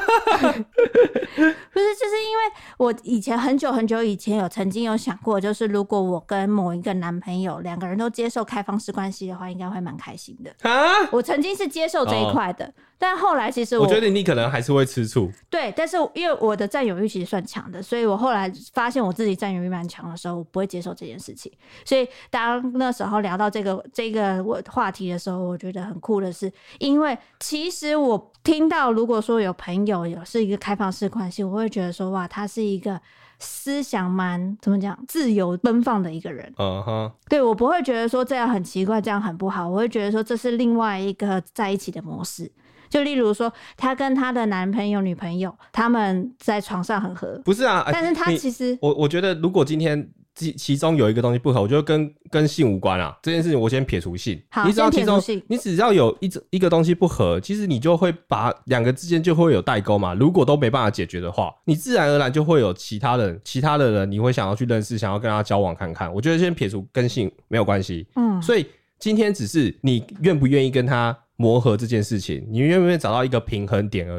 不是，就是因为我以前很久以前曾经有想过，就是如果我跟某一个男朋友两个人都接受开放式关系的话，应该会蛮开心的啊。我曾经是接受这一块的，但后来其实我觉得你可能还是会吃醋。 对，但是因为我的占有欲其实算强的，所以我后来发现我自己占有欲蛮强的时候，我不会接受这件事情。所以当那时候聊到这个话题的时候，我觉得很酷的是，因为其实我听到如果说有朋友是一个开放式关系，我会觉得说哇，他是一个思想蛮怎么讲自由奔放的一个人。对，我不会觉得说这样很奇怪，这样很不好，我会觉得说这是另外一个在一起的模式。就例如说，她跟她的男朋友、女朋友，他们在床上很合， 不是啊？ 但是她其实， 我觉得如果今天其中有一个东西不合，我觉得跟性无关啊。这件事情我先撇除性， 好， 你只要先撇除性， 你只要有一个东西不合，其实你就会把两个之间就会有代沟嘛。如果都没办法解决的话，你自然而然就会有其他的人，你会想要去认识，想要跟他交往看看。我觉得先撇除跟性没有关系，所以今天只是你愿不愿意跟他磨合这件事情，你愿不愿意找到一个平衡点而已。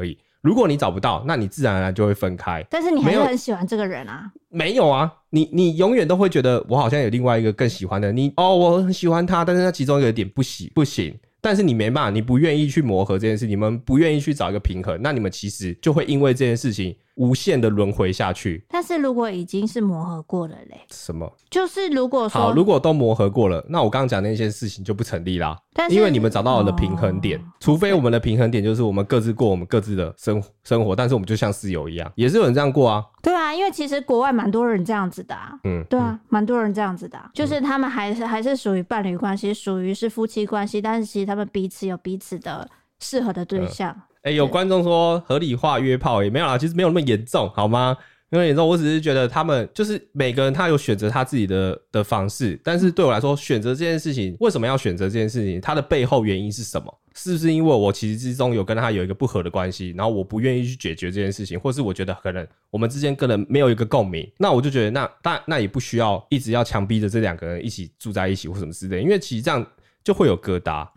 如果你找不到，那你自然而然就会分开。 但是你还是很喜欢这个人啊？ 没有啊，你永远都会觉得我好像有另外一个更喜欢的你我很喜欢他，但是他其中一个点不行。但是你没办法，你不愿意去磨合这件事，你们不愿意去找一个平衡，那你们其实就会因为这件事情无限的轮回下去。 但是如果已经是磨合过了嘞， 什么？ 就是如果说好，如果都磨合过了，那我刚刚讲的那些事情就不成立啦。因为你们找到了平衡点，除非我们的平衡点就是我们各自过我们各自的生活，但是我们就像室友一样，也是有人这样过啊。 对啊，因为其实国外蛮多人这样子的啊。对啊，蛮多人这样子的啊，就是他们还是属于伴侣关系，属于是夫妻关系，但是其实他们彼此有彼此的适合的对象。 有观众说合理化约炮也没有啦，其实没有那么严重，好吗？因为我只是觉得他们就是每个人他有选择他自己的方式，但是对我来说，选择这件事情为什么要选择这件事情，它的背后原因是什么？是不是因为我其实之中有跟他有一个不合的关系，然后我不愿意去解决这件事情，或是我觉得可能我们之间可能没有一个共鸣，那我就觉得那也不需要一直要强逼着这两个人一起住在一起或什么之类，因为其实这样就会有疙瘩。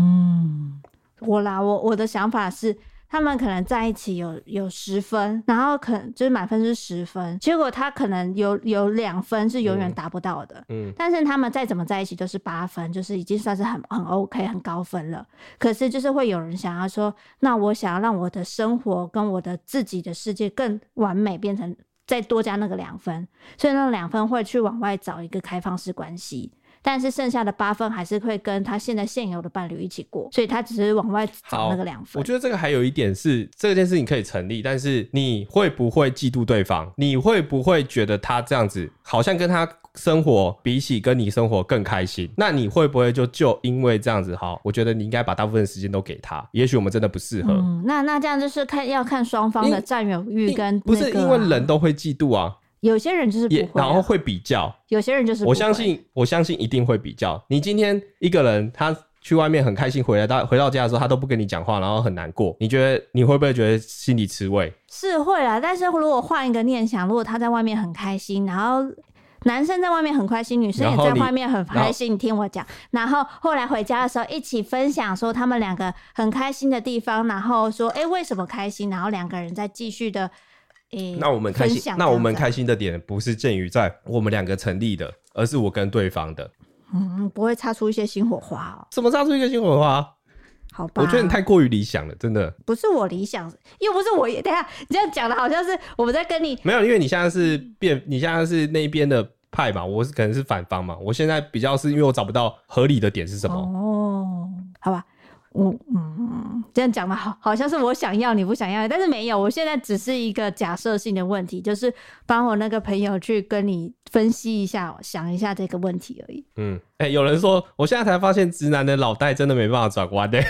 我的想法是，他们可能在一起有10分，然后可能就是满分是10分，结果他可能有2分是永远达不到的。但是他们再怎么在一起都是8分，就是已经算是很 OK 很高分了。可是就是会有人想要说，那我想要让我的生活跟我的自己的世界更完美，变成再多加那个2分，所以那2分会去往外找一个开放式关系。但是剩下的8分还是会跟他现有的伴侣一起过，所以他只是往外找那个2分。 我觉得这个还有一点是，这件事情可以成立，但是你会不会嫉妒对方？你会不会觉得他这样子好像跟他生活比起跟你生活更开心？那你会不会就因为这样子，好，我觉得你应该把大部分的时间都给他，也许我们真的不适合。 那这样就是要看双方的占有欲跟不是因为人都会嫉妒啊。 有些人就是不会然后会比较， 有些人就是不会。 我相信一定会比较。你今天一个人他去外面很开心，回到家的时候他都不跟你讲话，然后很难过，你觉得你会不会觉得心里吃味？ 是会啦，但是如果换一个念想，如果他在外面很开心，然后男生在外面很开心，女生也在外面很开心，你听我讲，然后后来回家的时候一起分享说他们两个很开心的地方，然后说为什么开心，然后两个人再继续的那我们开心的点不是建于在我们两个成立的，而是我跟对方的。 不会擦出一些新火花哦？ 怎么擦出一个新火花？ 好吧， 我觉得你太过于理想了，真的。 不是我理想，又不是我。等一下，你这样讲的好像是我们在跟你没有，因为你现在是那边的派嘛，我可能是反方嘛。我现在比较是因为我找不到合理的点是什么。 好吧。这样讲的好像是我想要你不想要，但是没有，我现在只是一个假设性的问题，就是帮我那个朋友去跟你分析一下，想一下这个问题而已。 有人说我现在才发现直男的脑袋真的没办法转弯的。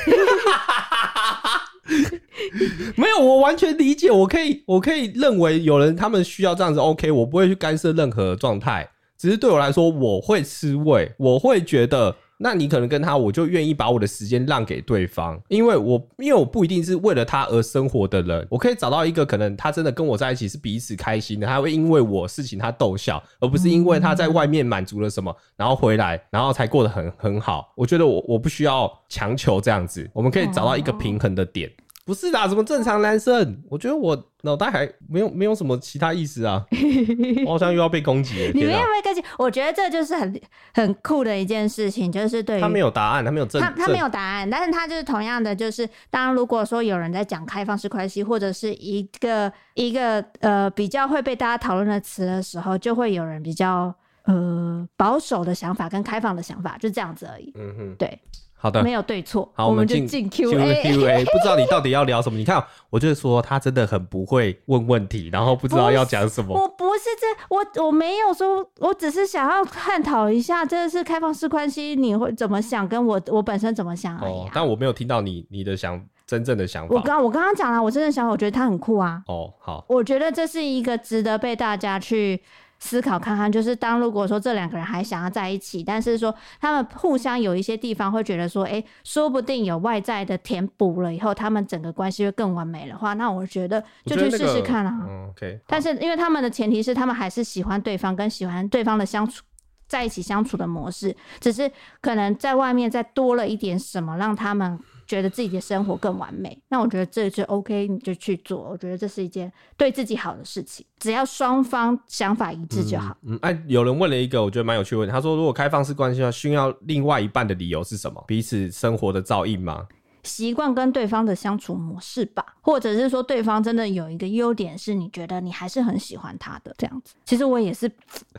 没有，我完全理解，我可以认为有人他们需要这样子 OK， 我不会去干涉任何状态，只是对我来说我会吃味，我会觉得那你可能跟他，我就愿意把我的时间让给对方，因为我不一定是为了他而生活的人，我可以找到一个可能他真的跟我在一起是彼此开心的，他会因为我事情他逗笑，而不是因为他在外面满足了什么，然后回来然后才过得很好。我觉得我不需要强求这样子，我们可以找到一个平衡的点。不是啦，什么正常男生？我觉得我脑袋还没有什么其他意思啊。我好像又要被攻击了。 你没有被攻击，我觉得这就是很酷的一件事情，就是对于他没有答案，他没有他没有答案，但是他就是同样的，就是当如果说有人在讲开放式关系，或者是一个比较会被大家讨论的词的时候，就会有人比较保守的想法跟开放的想法，就这样子而已。对。 好的， 没有对错。 好，我们就进 Q&A。不知道你到底要聊什么？你看，我就是说他真的很不会问问题，然后不知道要讲什么。 我不是我没有说，我只是想要探讨一下，这是开放式关系，你会怎么想，跟我本身怎么想而已。 但我没有听到你的真正的想法。 我刚刚讲了，我真的想法，我觉得他很酷啊。 好， 我觉得这是一个值得被大家去思考看看，就是当如果说这两个人还想要在一起，但是说他们互相有一些地方会觉得说说不定有外在的填补了以后，他们整个关系会更完美的话，那我觉得就去试试看啊。 OK。 但是因为他们的前提是他们还是喜欢对方跟喜欢对方的相处，在一起相处的模式，只是可能在外面再多了一点什么，让他们觉得自己的生活更完美，那我觉得这就 OK， 你就去做，我觉得这是一件对自己好的事情，只要双方想法一致就好。 有人问了一个我觉得蛮有趣的问题，他说如果开放式关系的话，需要另外一半的理由是什么？彼此生活的照应吗？ 习惯跟对方的相处模式吧，或者是说对方真的有一个优点是你觉得你还是很喜欢他的这样子。其实我也是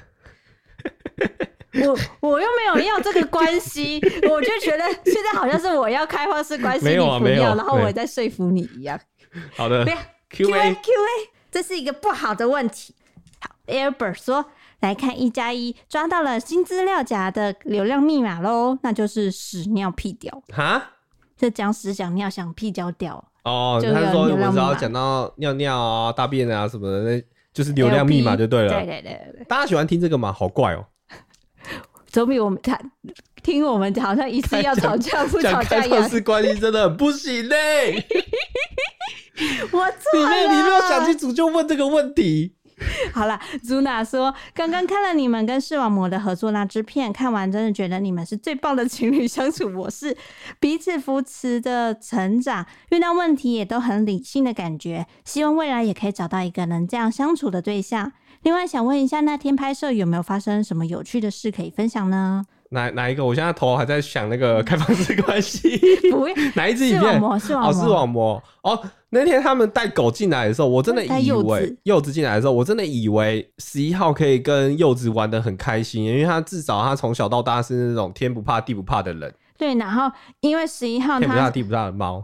我又没有要这个关系，我就觉得现在好像是我要开放式关系， 没有啊， 你不要， 没有， 然后我也在说服你一样。 好的， 不要 Q&A， 这是一个不好的问题。好 ，Albert 说来看1+1抓到了新资料夹的流量密码咯，那就是屎尿屁屌。 哈？ 这讲屎讲尿想屁交掉哦，他是说我们只要讲到尿尿啊、大便啊什么的，那就是流量密码就对了。 对， 大家喜欢听这个吗？好怪哦。 总比我们听我们好像一次要吵架不吵架一样。讲开放式关系真的很不行嘞。 我错了， 你没有想清楚就问这个问题。 好啦 Zuna 说刚刚看了你们跟视网膜的合作那支片，看完真的觉得你们是最棒的情侣相处模式，彼此扶持的成长，遇到问题也都很理性的感觉，希望未来也可以找到一个能这样相处的对象。另外想问一下，那天拍摄有没有发生什么有趣的事可以分享呢？ 哪一个？我现在头还在想那个开放式关系。 不要， 哪一支影片？视网膜。哦，那天他们带狗进来的时候，我真的以为柚子进来的时候，我真的以为11号可以跟柚子玩得很开心，因为他至少他从小到大是那种天不怕地不怕的人。 对，然后因为11号天不怕地不怕的猫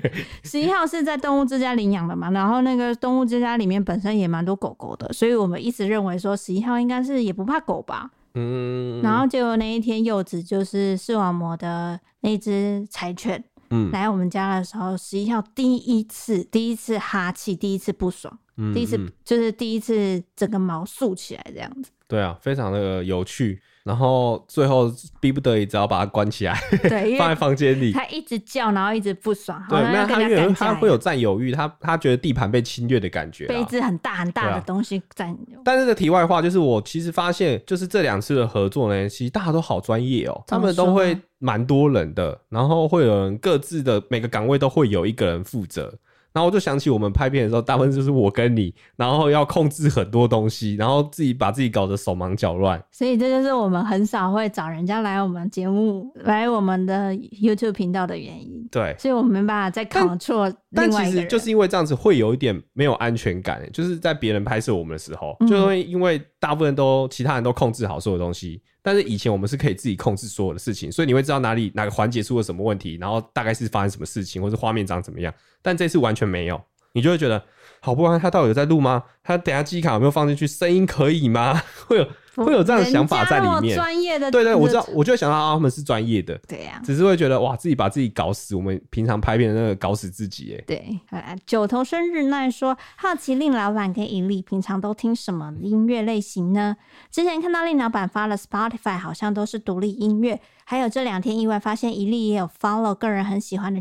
11号是在动物之家领养的嘛，然后那个动物之家里面本身也蛮多狗狗的，所以我们一直认为说11号应该是也不怕狗吧。然后结果那一天柚子就是视网膜的那只柴犬来我们家的时候，11号第一次哈气，第一次不爽，第一次整个毛竖起来这样子。对啊，非常的有趣。然后最后逼不得已只要把它关起来， 对， 放在房间里。 他一直叫，然后一直不爽。 对，没有他会有占有欲，他觉得地盘被侵略的感觉， 被一只很大的东西占有。 但是这题外话就是，我其实发现，就是这2次的合作呢，其实大家都好专业哦，他们都会蛮多人的，然后会有人各自的每个岗位都会有一个人负责。然后我就想起我们拍片的时候，大部分就是我跟你，然后要控制很多东西，然后把自己搞得手忙脚乱。 所以这就是我们很少会找人家来我们节目、来我们的 YouTube 频道的原因。 对， 所以我们没办法再 control 另外一个人。 但其实就是因为这样子会有一点没有安全感，就是在别人拍摄我们的时候，就会因为大部分其他人都控制好所有东西。但是以前我们是可以自己控制所有的事情，所以你会知道哪个环节出了什么问题，然后大概是发生什么事情，或是画面长怎么样。但这次完全没有，你就会觉得好不安，他到底有在录吗？他等一下记忆卡有没有放进去？声音可以吗？会有这样的想法在里面。 专业的， 对，我知道，我就会想到他们是专业的， 对呀， 只是会觉得哇，自己把自己搞死，我们平常拍片的那个搞死自己耶。 对，九头生日奈说，好奇令老板跟尹丽平常都听什么音乐类型呢？之前看到令老板发了 Spotify， 好像都是独立音乐，还有这2天意外发现尹丽也有 follow 个人很喜欢的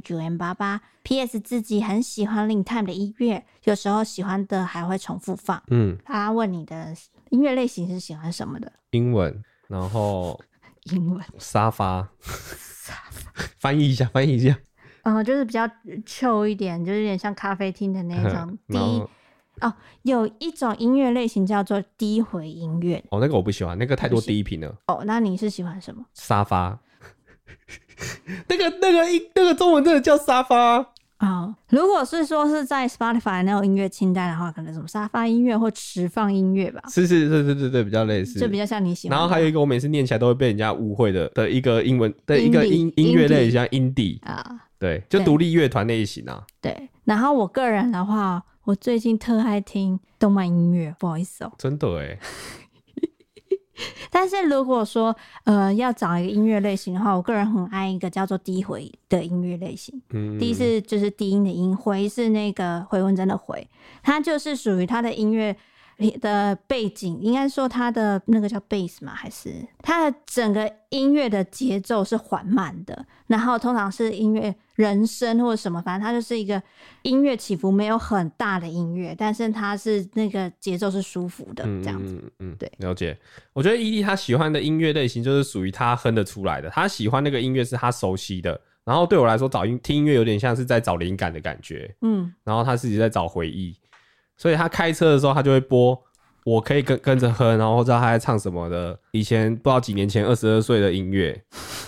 9M88。PS 自己很喜欢 Link-Time 的音乐，有时候喜欢的还会重复放。他问你的音乐类型是喜欢什么的？ 英文，然后英文沙发翻译一下。 就是比较 chill 一点，就是有点像咖啡厅的那种有一种音乐类型叫做低回音乐。 那个我不喜欢，那个太多低频了。 那你是喜欢什么？ 沙发。那个中文真的叫沙发。 如果是说是在 Spotify 那种音乐清单的话，可能什么沙发音乐或持放音乐吧。 是，比较类似， 就比较像你喜欢。 然后还有一个我每次念起来都会被人家误会的一个英文的一个音乐类像 indie 对，就独立乐团类型啊。 对，然后我个人的话，我最近特爱听动漫音乐，不好意思真的耶。 但是如果说要找一个音乐类型的话，我个人很爱一个叫做低回的音乐类型。低是就是低音的音，回是那个回文针的回，它就是属于它的音乐的背景，应该说它的那个叫 bass 吗？还是它的整个音乐的节奏是缓慢的，然后通常是音乐人声或者什么，反正它就是一个音乐起伏没有很大的音乐，但是它是那个节奏是舒服的这样子。对， 了解。我觉得伊利他喜欢的音乐类型就是属于他哼得出来的，他喜欢那个音乐是他熟悉的， 然后对我来说听音乐有点像是在找灵感的感觉，然后他自己在找回忆，所以他开车的时候他就会播我可以跟着哼，然后知道他在唱什么的，以前不知道几年前22岁的音乐。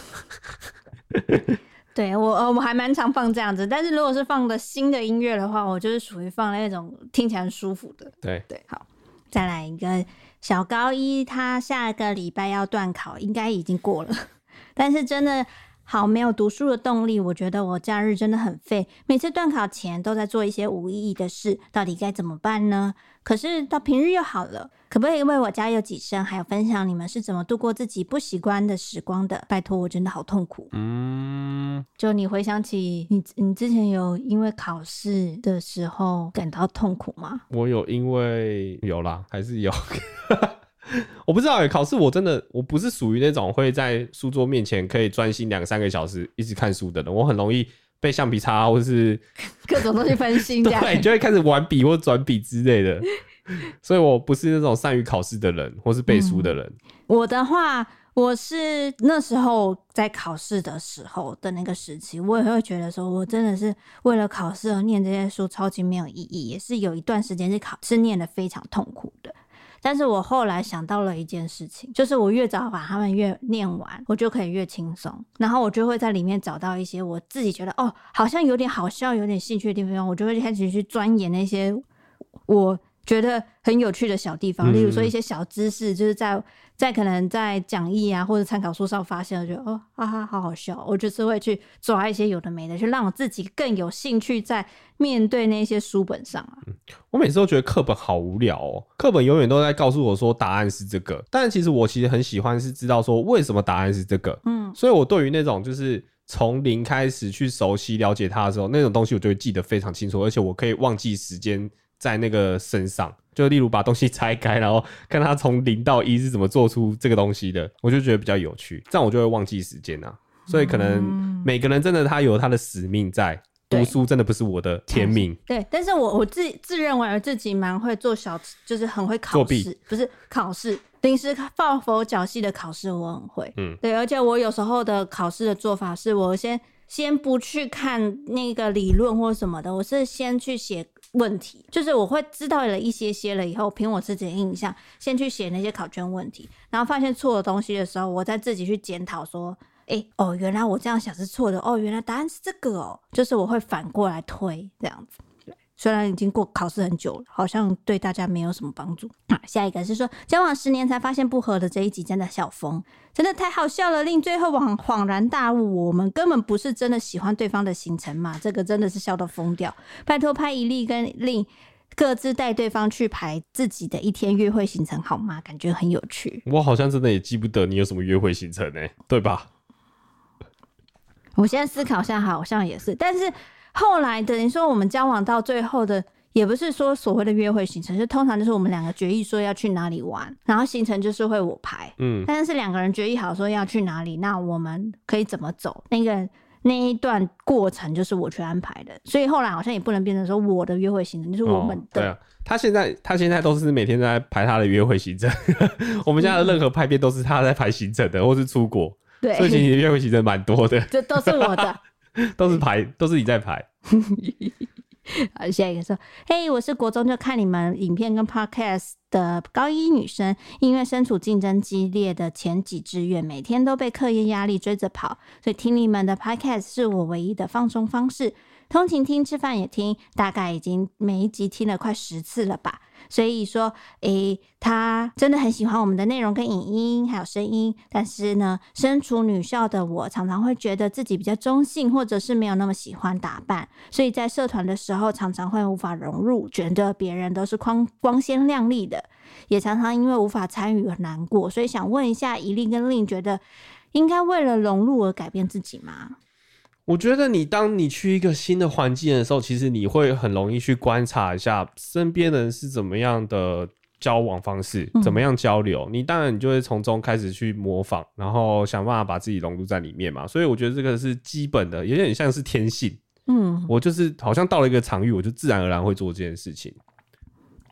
对，我还蛮常放这样子，但是如果是放的新的音乐的话，我就是属于放那种听起来很舒服的。 对， 好，再来一个小高一，他下个礼拜要段考，应该已经过了，但是真的好没有读书的动力，我觉得我假日真的很废，每次段考前都在做一些无意义的事，到底该怎么办呢？可是到平日又好了，可不可以为我加油几声，还有分享你们是怎么度过自己不习惯的时光的？拜托，我真的好痛苦。就你回想起你之前有因为考试的时候感到痛苦吗？ 我有啦，还是有。我不知道考试我不是属于那种会在书桌面前可以专心2-3个小时一直看书的人，我很容易被橡皮擦或是各种东西分心， 对，就会开始玩笔或转笔之类的，所以我不是那种善于考试的人或是背书的人。 我的话，我是那时候在考试的时候的那个时期，我也会觉得说我真的是为了考试而念这些书超级没有意义，也是有一段时间是念得非常痛苦的。但是我后来想到了一件事情，就是我越早把他们越念完，我就可以越轻松，然后我就会在里面找到一些我自己觉得好像有点好笑有点兴趣的地方，我就会开始去钻研那些我觉得很有趣的小地方，例如说一些小知识，就是在可能在讲义啊或者参考书上发现，我觉得哈哈好好笑，我就是会去抓一些有的没的，去让我自己更有兴趣在面对那些书本上啊。 我每次都觉得课本好无聊哦，课本永远都在告诉我说答案是这个，但其实我很喜欢是知道说为什么答案是这个，所以我对于那种就是从零开始去熟悉了解它的时候，那种东西我就会记得非常清楚，而且我可以忘记时间在那个身上，就例如把东西拆开，然后看它从0到1是怎么做出这个东西的，我就觉得比较有趣，这样我就会忘记时间啊。所以可能每个人真的他有他的使命在，读书真的不是我的天命。 对，但是我自认为自己蛮会做就是很会考试，不是考试，临时抱佛脚系的考试我很会。对，而且我有时候的考试的做法是我先不去看那个理论或什么的，我是先去写问题，就是我会知道了一些了以后，凭我自己的印象先去写那些考卷问题，然后发现错的东西的时候，我再自己去检讨说原来我这样想是错的，原来答案是这个就是我会反过来推这样子。虽然已经过考试很久了，好像对大家没有什么帮助。下一个是说交往10年才发现不合的，这一集真的笑疯，真的太好笑了，令最后恍然大悟，我们根本不是真的喜欢对方的行程嘛，这个真的是笑到疯掉。拜托派一粒跟令各自带对方去排自己的一天约会行程好吗？感觉很有趣。 我好像真的也记不得你有什么约会行程对吧？ 我现在思考一下，好像也是，但是后来等于说我们交往到最后的，也不是说所谓的约会行程，是通常就是我们两个决议说要去哪里玩，然后行程就是会我排，但是两个人决议好说要去哪里，那我们可以怎么走，那一段过程就是我去安排的，所以后来好像也不能变成说我的约会行程就是我们的。 对啊，他现在都是每天在排他的约会行程，我们家的任何拍片都是他在排行程的，或是出国。对，所以其实约会行程蛮多的， 这都是我的， 都是你在排。 好，下一个说，嘿，我是国中就看你们影片跟 podcast 的高一女生，因为身处竞争激烈的前几志愿，每天都被课业压力追着跑，所以听你们的 podcast 是我唯一的放松方式。通勤听，吃饭也听，大概已经每一集听了快10次了吧。所以说他真的很喜欢我们的内容跟影音还有声音，但是呢，身处女校的我常常会觉得自己比较中性，或者是没有那么喜欢打扮，所以在社团的时候常常会无法融入，觉得别人都是光鲜亮丽的，也常常因为无法参与而难过。所以想问一下宜丽跟令，觉得应该为了融入而改变自己吗？ 我觉得当你去一个新的环境的时候，其实你会很容易去观察一下身边人是怎么样的交往方式，怎么样交流，你当然你就会从中开始去模仿，然后想办法把自己融入在里面嘛。所以我觉得这个是基本的，有点像是天性。我就是好像到了一个场域，我就自然而然会做这件事情。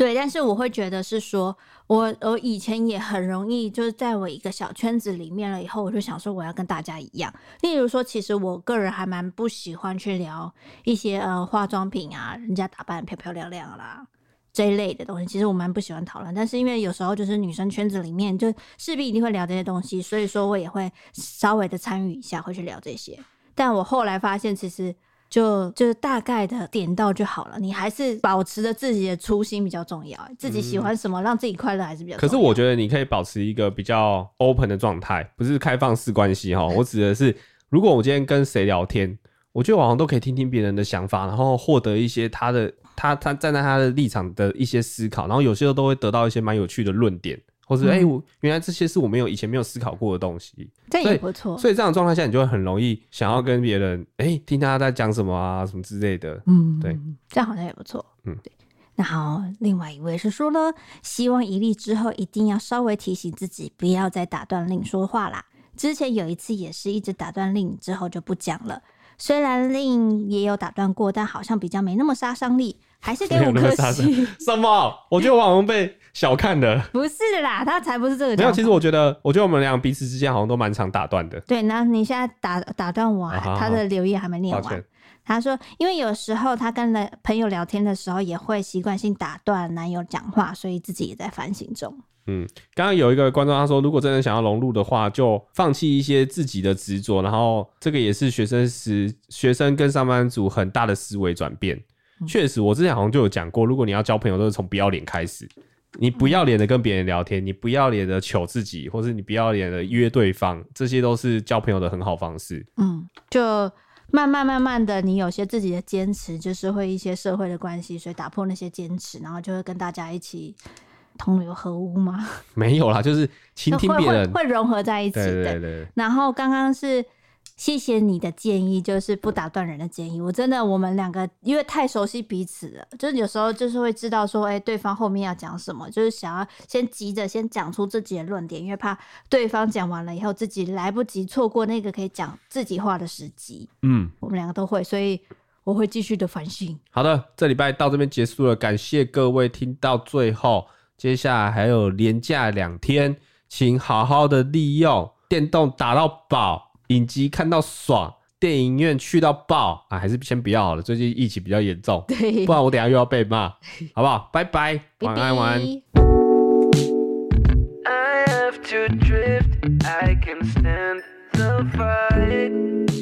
对，但是我会觉得是说，我以前也很容易，就是在我一个小圈子里面了以后，我就想说我要跟大家一样。例如说，其实我个人还蛮不喜欢去聊一些化妆品啊，人家打扮漂漂亮亮啦这一类的东西，其实我蛮不喜欢讨论。但是因为有时候就是女生圈子里面，就势必一定会聊这些东西，所以说我也会稍微的参与一下，会去聊这些。但我后来发现，其实就是大概的点到就好了，你还是保持着自己的初心比较重要，自己喜欢什么，让自己快乐还是比较重要。 可是我觉得你可以保持一个比较 open 的状态，不是开放式关系哈。我指的是，如果我今天跟谁聊天，我觉得我好像都可以听听别人的想法，然后获得一些他站在他的立场的一些思考，然后有些都会得到一些蛮有趣的论点。或是原来这些是我以前没有思考过的东西， 这也不错。 所以这样的状态下，你就会很容易想要跟别人听他在讲什么啊，什么之类的。对， 这样好像也不错。对。那好，另外一位是说呢，希望一例之后一定要稍微提醒自己，不要再打断令说话啦。之前有一次也是一直打断令，之后就不讲了。虽然令也有打断过，但好像比较没那么杀伤力，还是给5颗星。 什么？我觉得我好像被小看的。 不是啦，他才不是这个。 没有，其实我觉得我们俩彼此之间好像都蛮常打断的。 对，那你现在打断我，他的留言还没念完。他说，因为有时候他跟朋友聊天的时候，也会习惯性打断男友讲话，所以自己也在反省中。 刚刚有一个观众他说，如果真的想要融入的话，就放弃一些自己的执着，然后这个也是学生跟上班族很大的思维转变。确实，我之前好像就有讲过，如果你要交朋友，都是从不要脸开始。你不要脸的跟别人聊天，你不要脸的糗自己，或是你不要脸的约对方，这些都是交朋友的很好方式。 就慢慢的，你有些自己的坚持，就是会一些社会的关系，所以打破那些坚持，然后就会跟大家一起同流合污吗？没有啦，就是倾听别人， 会融合在一起。对。然后刚刚是谢谢你的建议，就是不打断人的建议。我们两个因为太熟悉彼此了，就是有时候就是会知道说，对方后面要讲什么，就是想要先急着先讲出自己的论点，因为怕对方讲完了以后自己来不及错过那个可以讲自己话的时机。我们两个都会，所以我会继续的反省。 好的，这礼拜到这边结束了，感谢各位听到最后。接下来还有连假2天，请好好的利用，电动打到饱，影集看到爽，电影院去到爆啊！还是先不要好了，最近疫情比较严重，不然我等一下又要被骂，好不好？拜拜，晚安，晚安。I have to drift, I can stand the fight.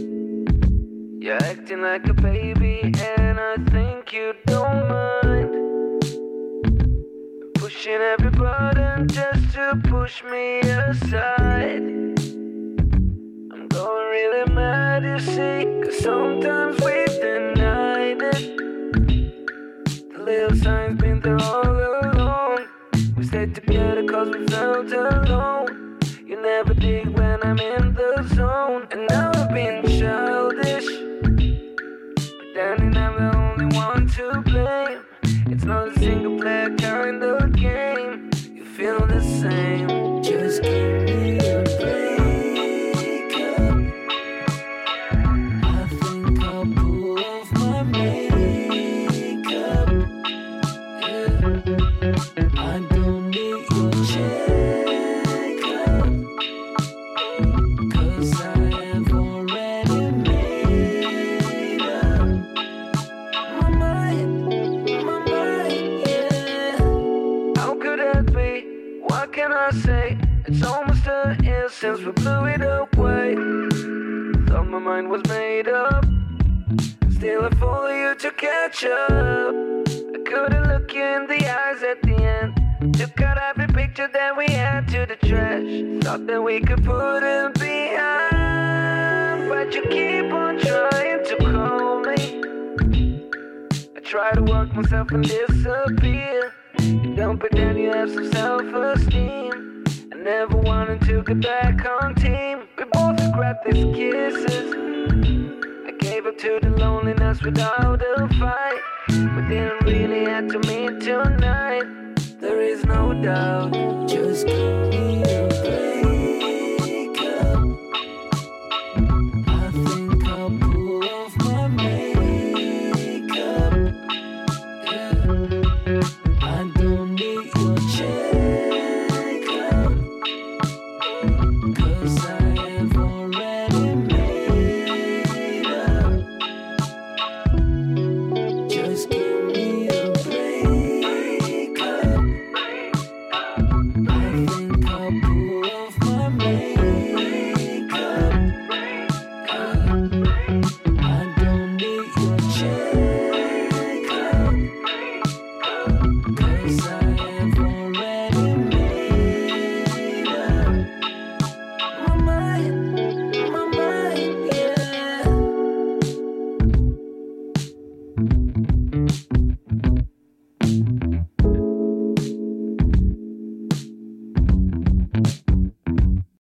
You're acting like a baby, and I think you don't mind.Pushing every button just to push me aside. I'm going really mad, you see, 'cause sometimes we've denied it. The little signs been there all along. We stayed together 'cause we felt alone. You never dig when I'm in the zone. And now I've been childish, pretending I'm the only one to blame.It's not a single player kind of game. You feel the same. Just give me a break up. I think I'll pull off my makeup. Yeah. I don't need your checkup, 'cause I have already made up my mind.What can I say? It's almost a year since we blew it away. Thought my mind was made up. Still I follow you to catch up. I couldn't look you in the eyes at the end. Took out every picture that we had to the trash. Thought that we could put it behind, but you keep on trying to call me. I try to walk myself and disappear.Don't pretend you have some self-esteem. I never wanted to get back on team. We both scrapped these kisses. I gave up to the loneliness without a fight. We didn't really have to meet tonight. There is no doubt. Just give me a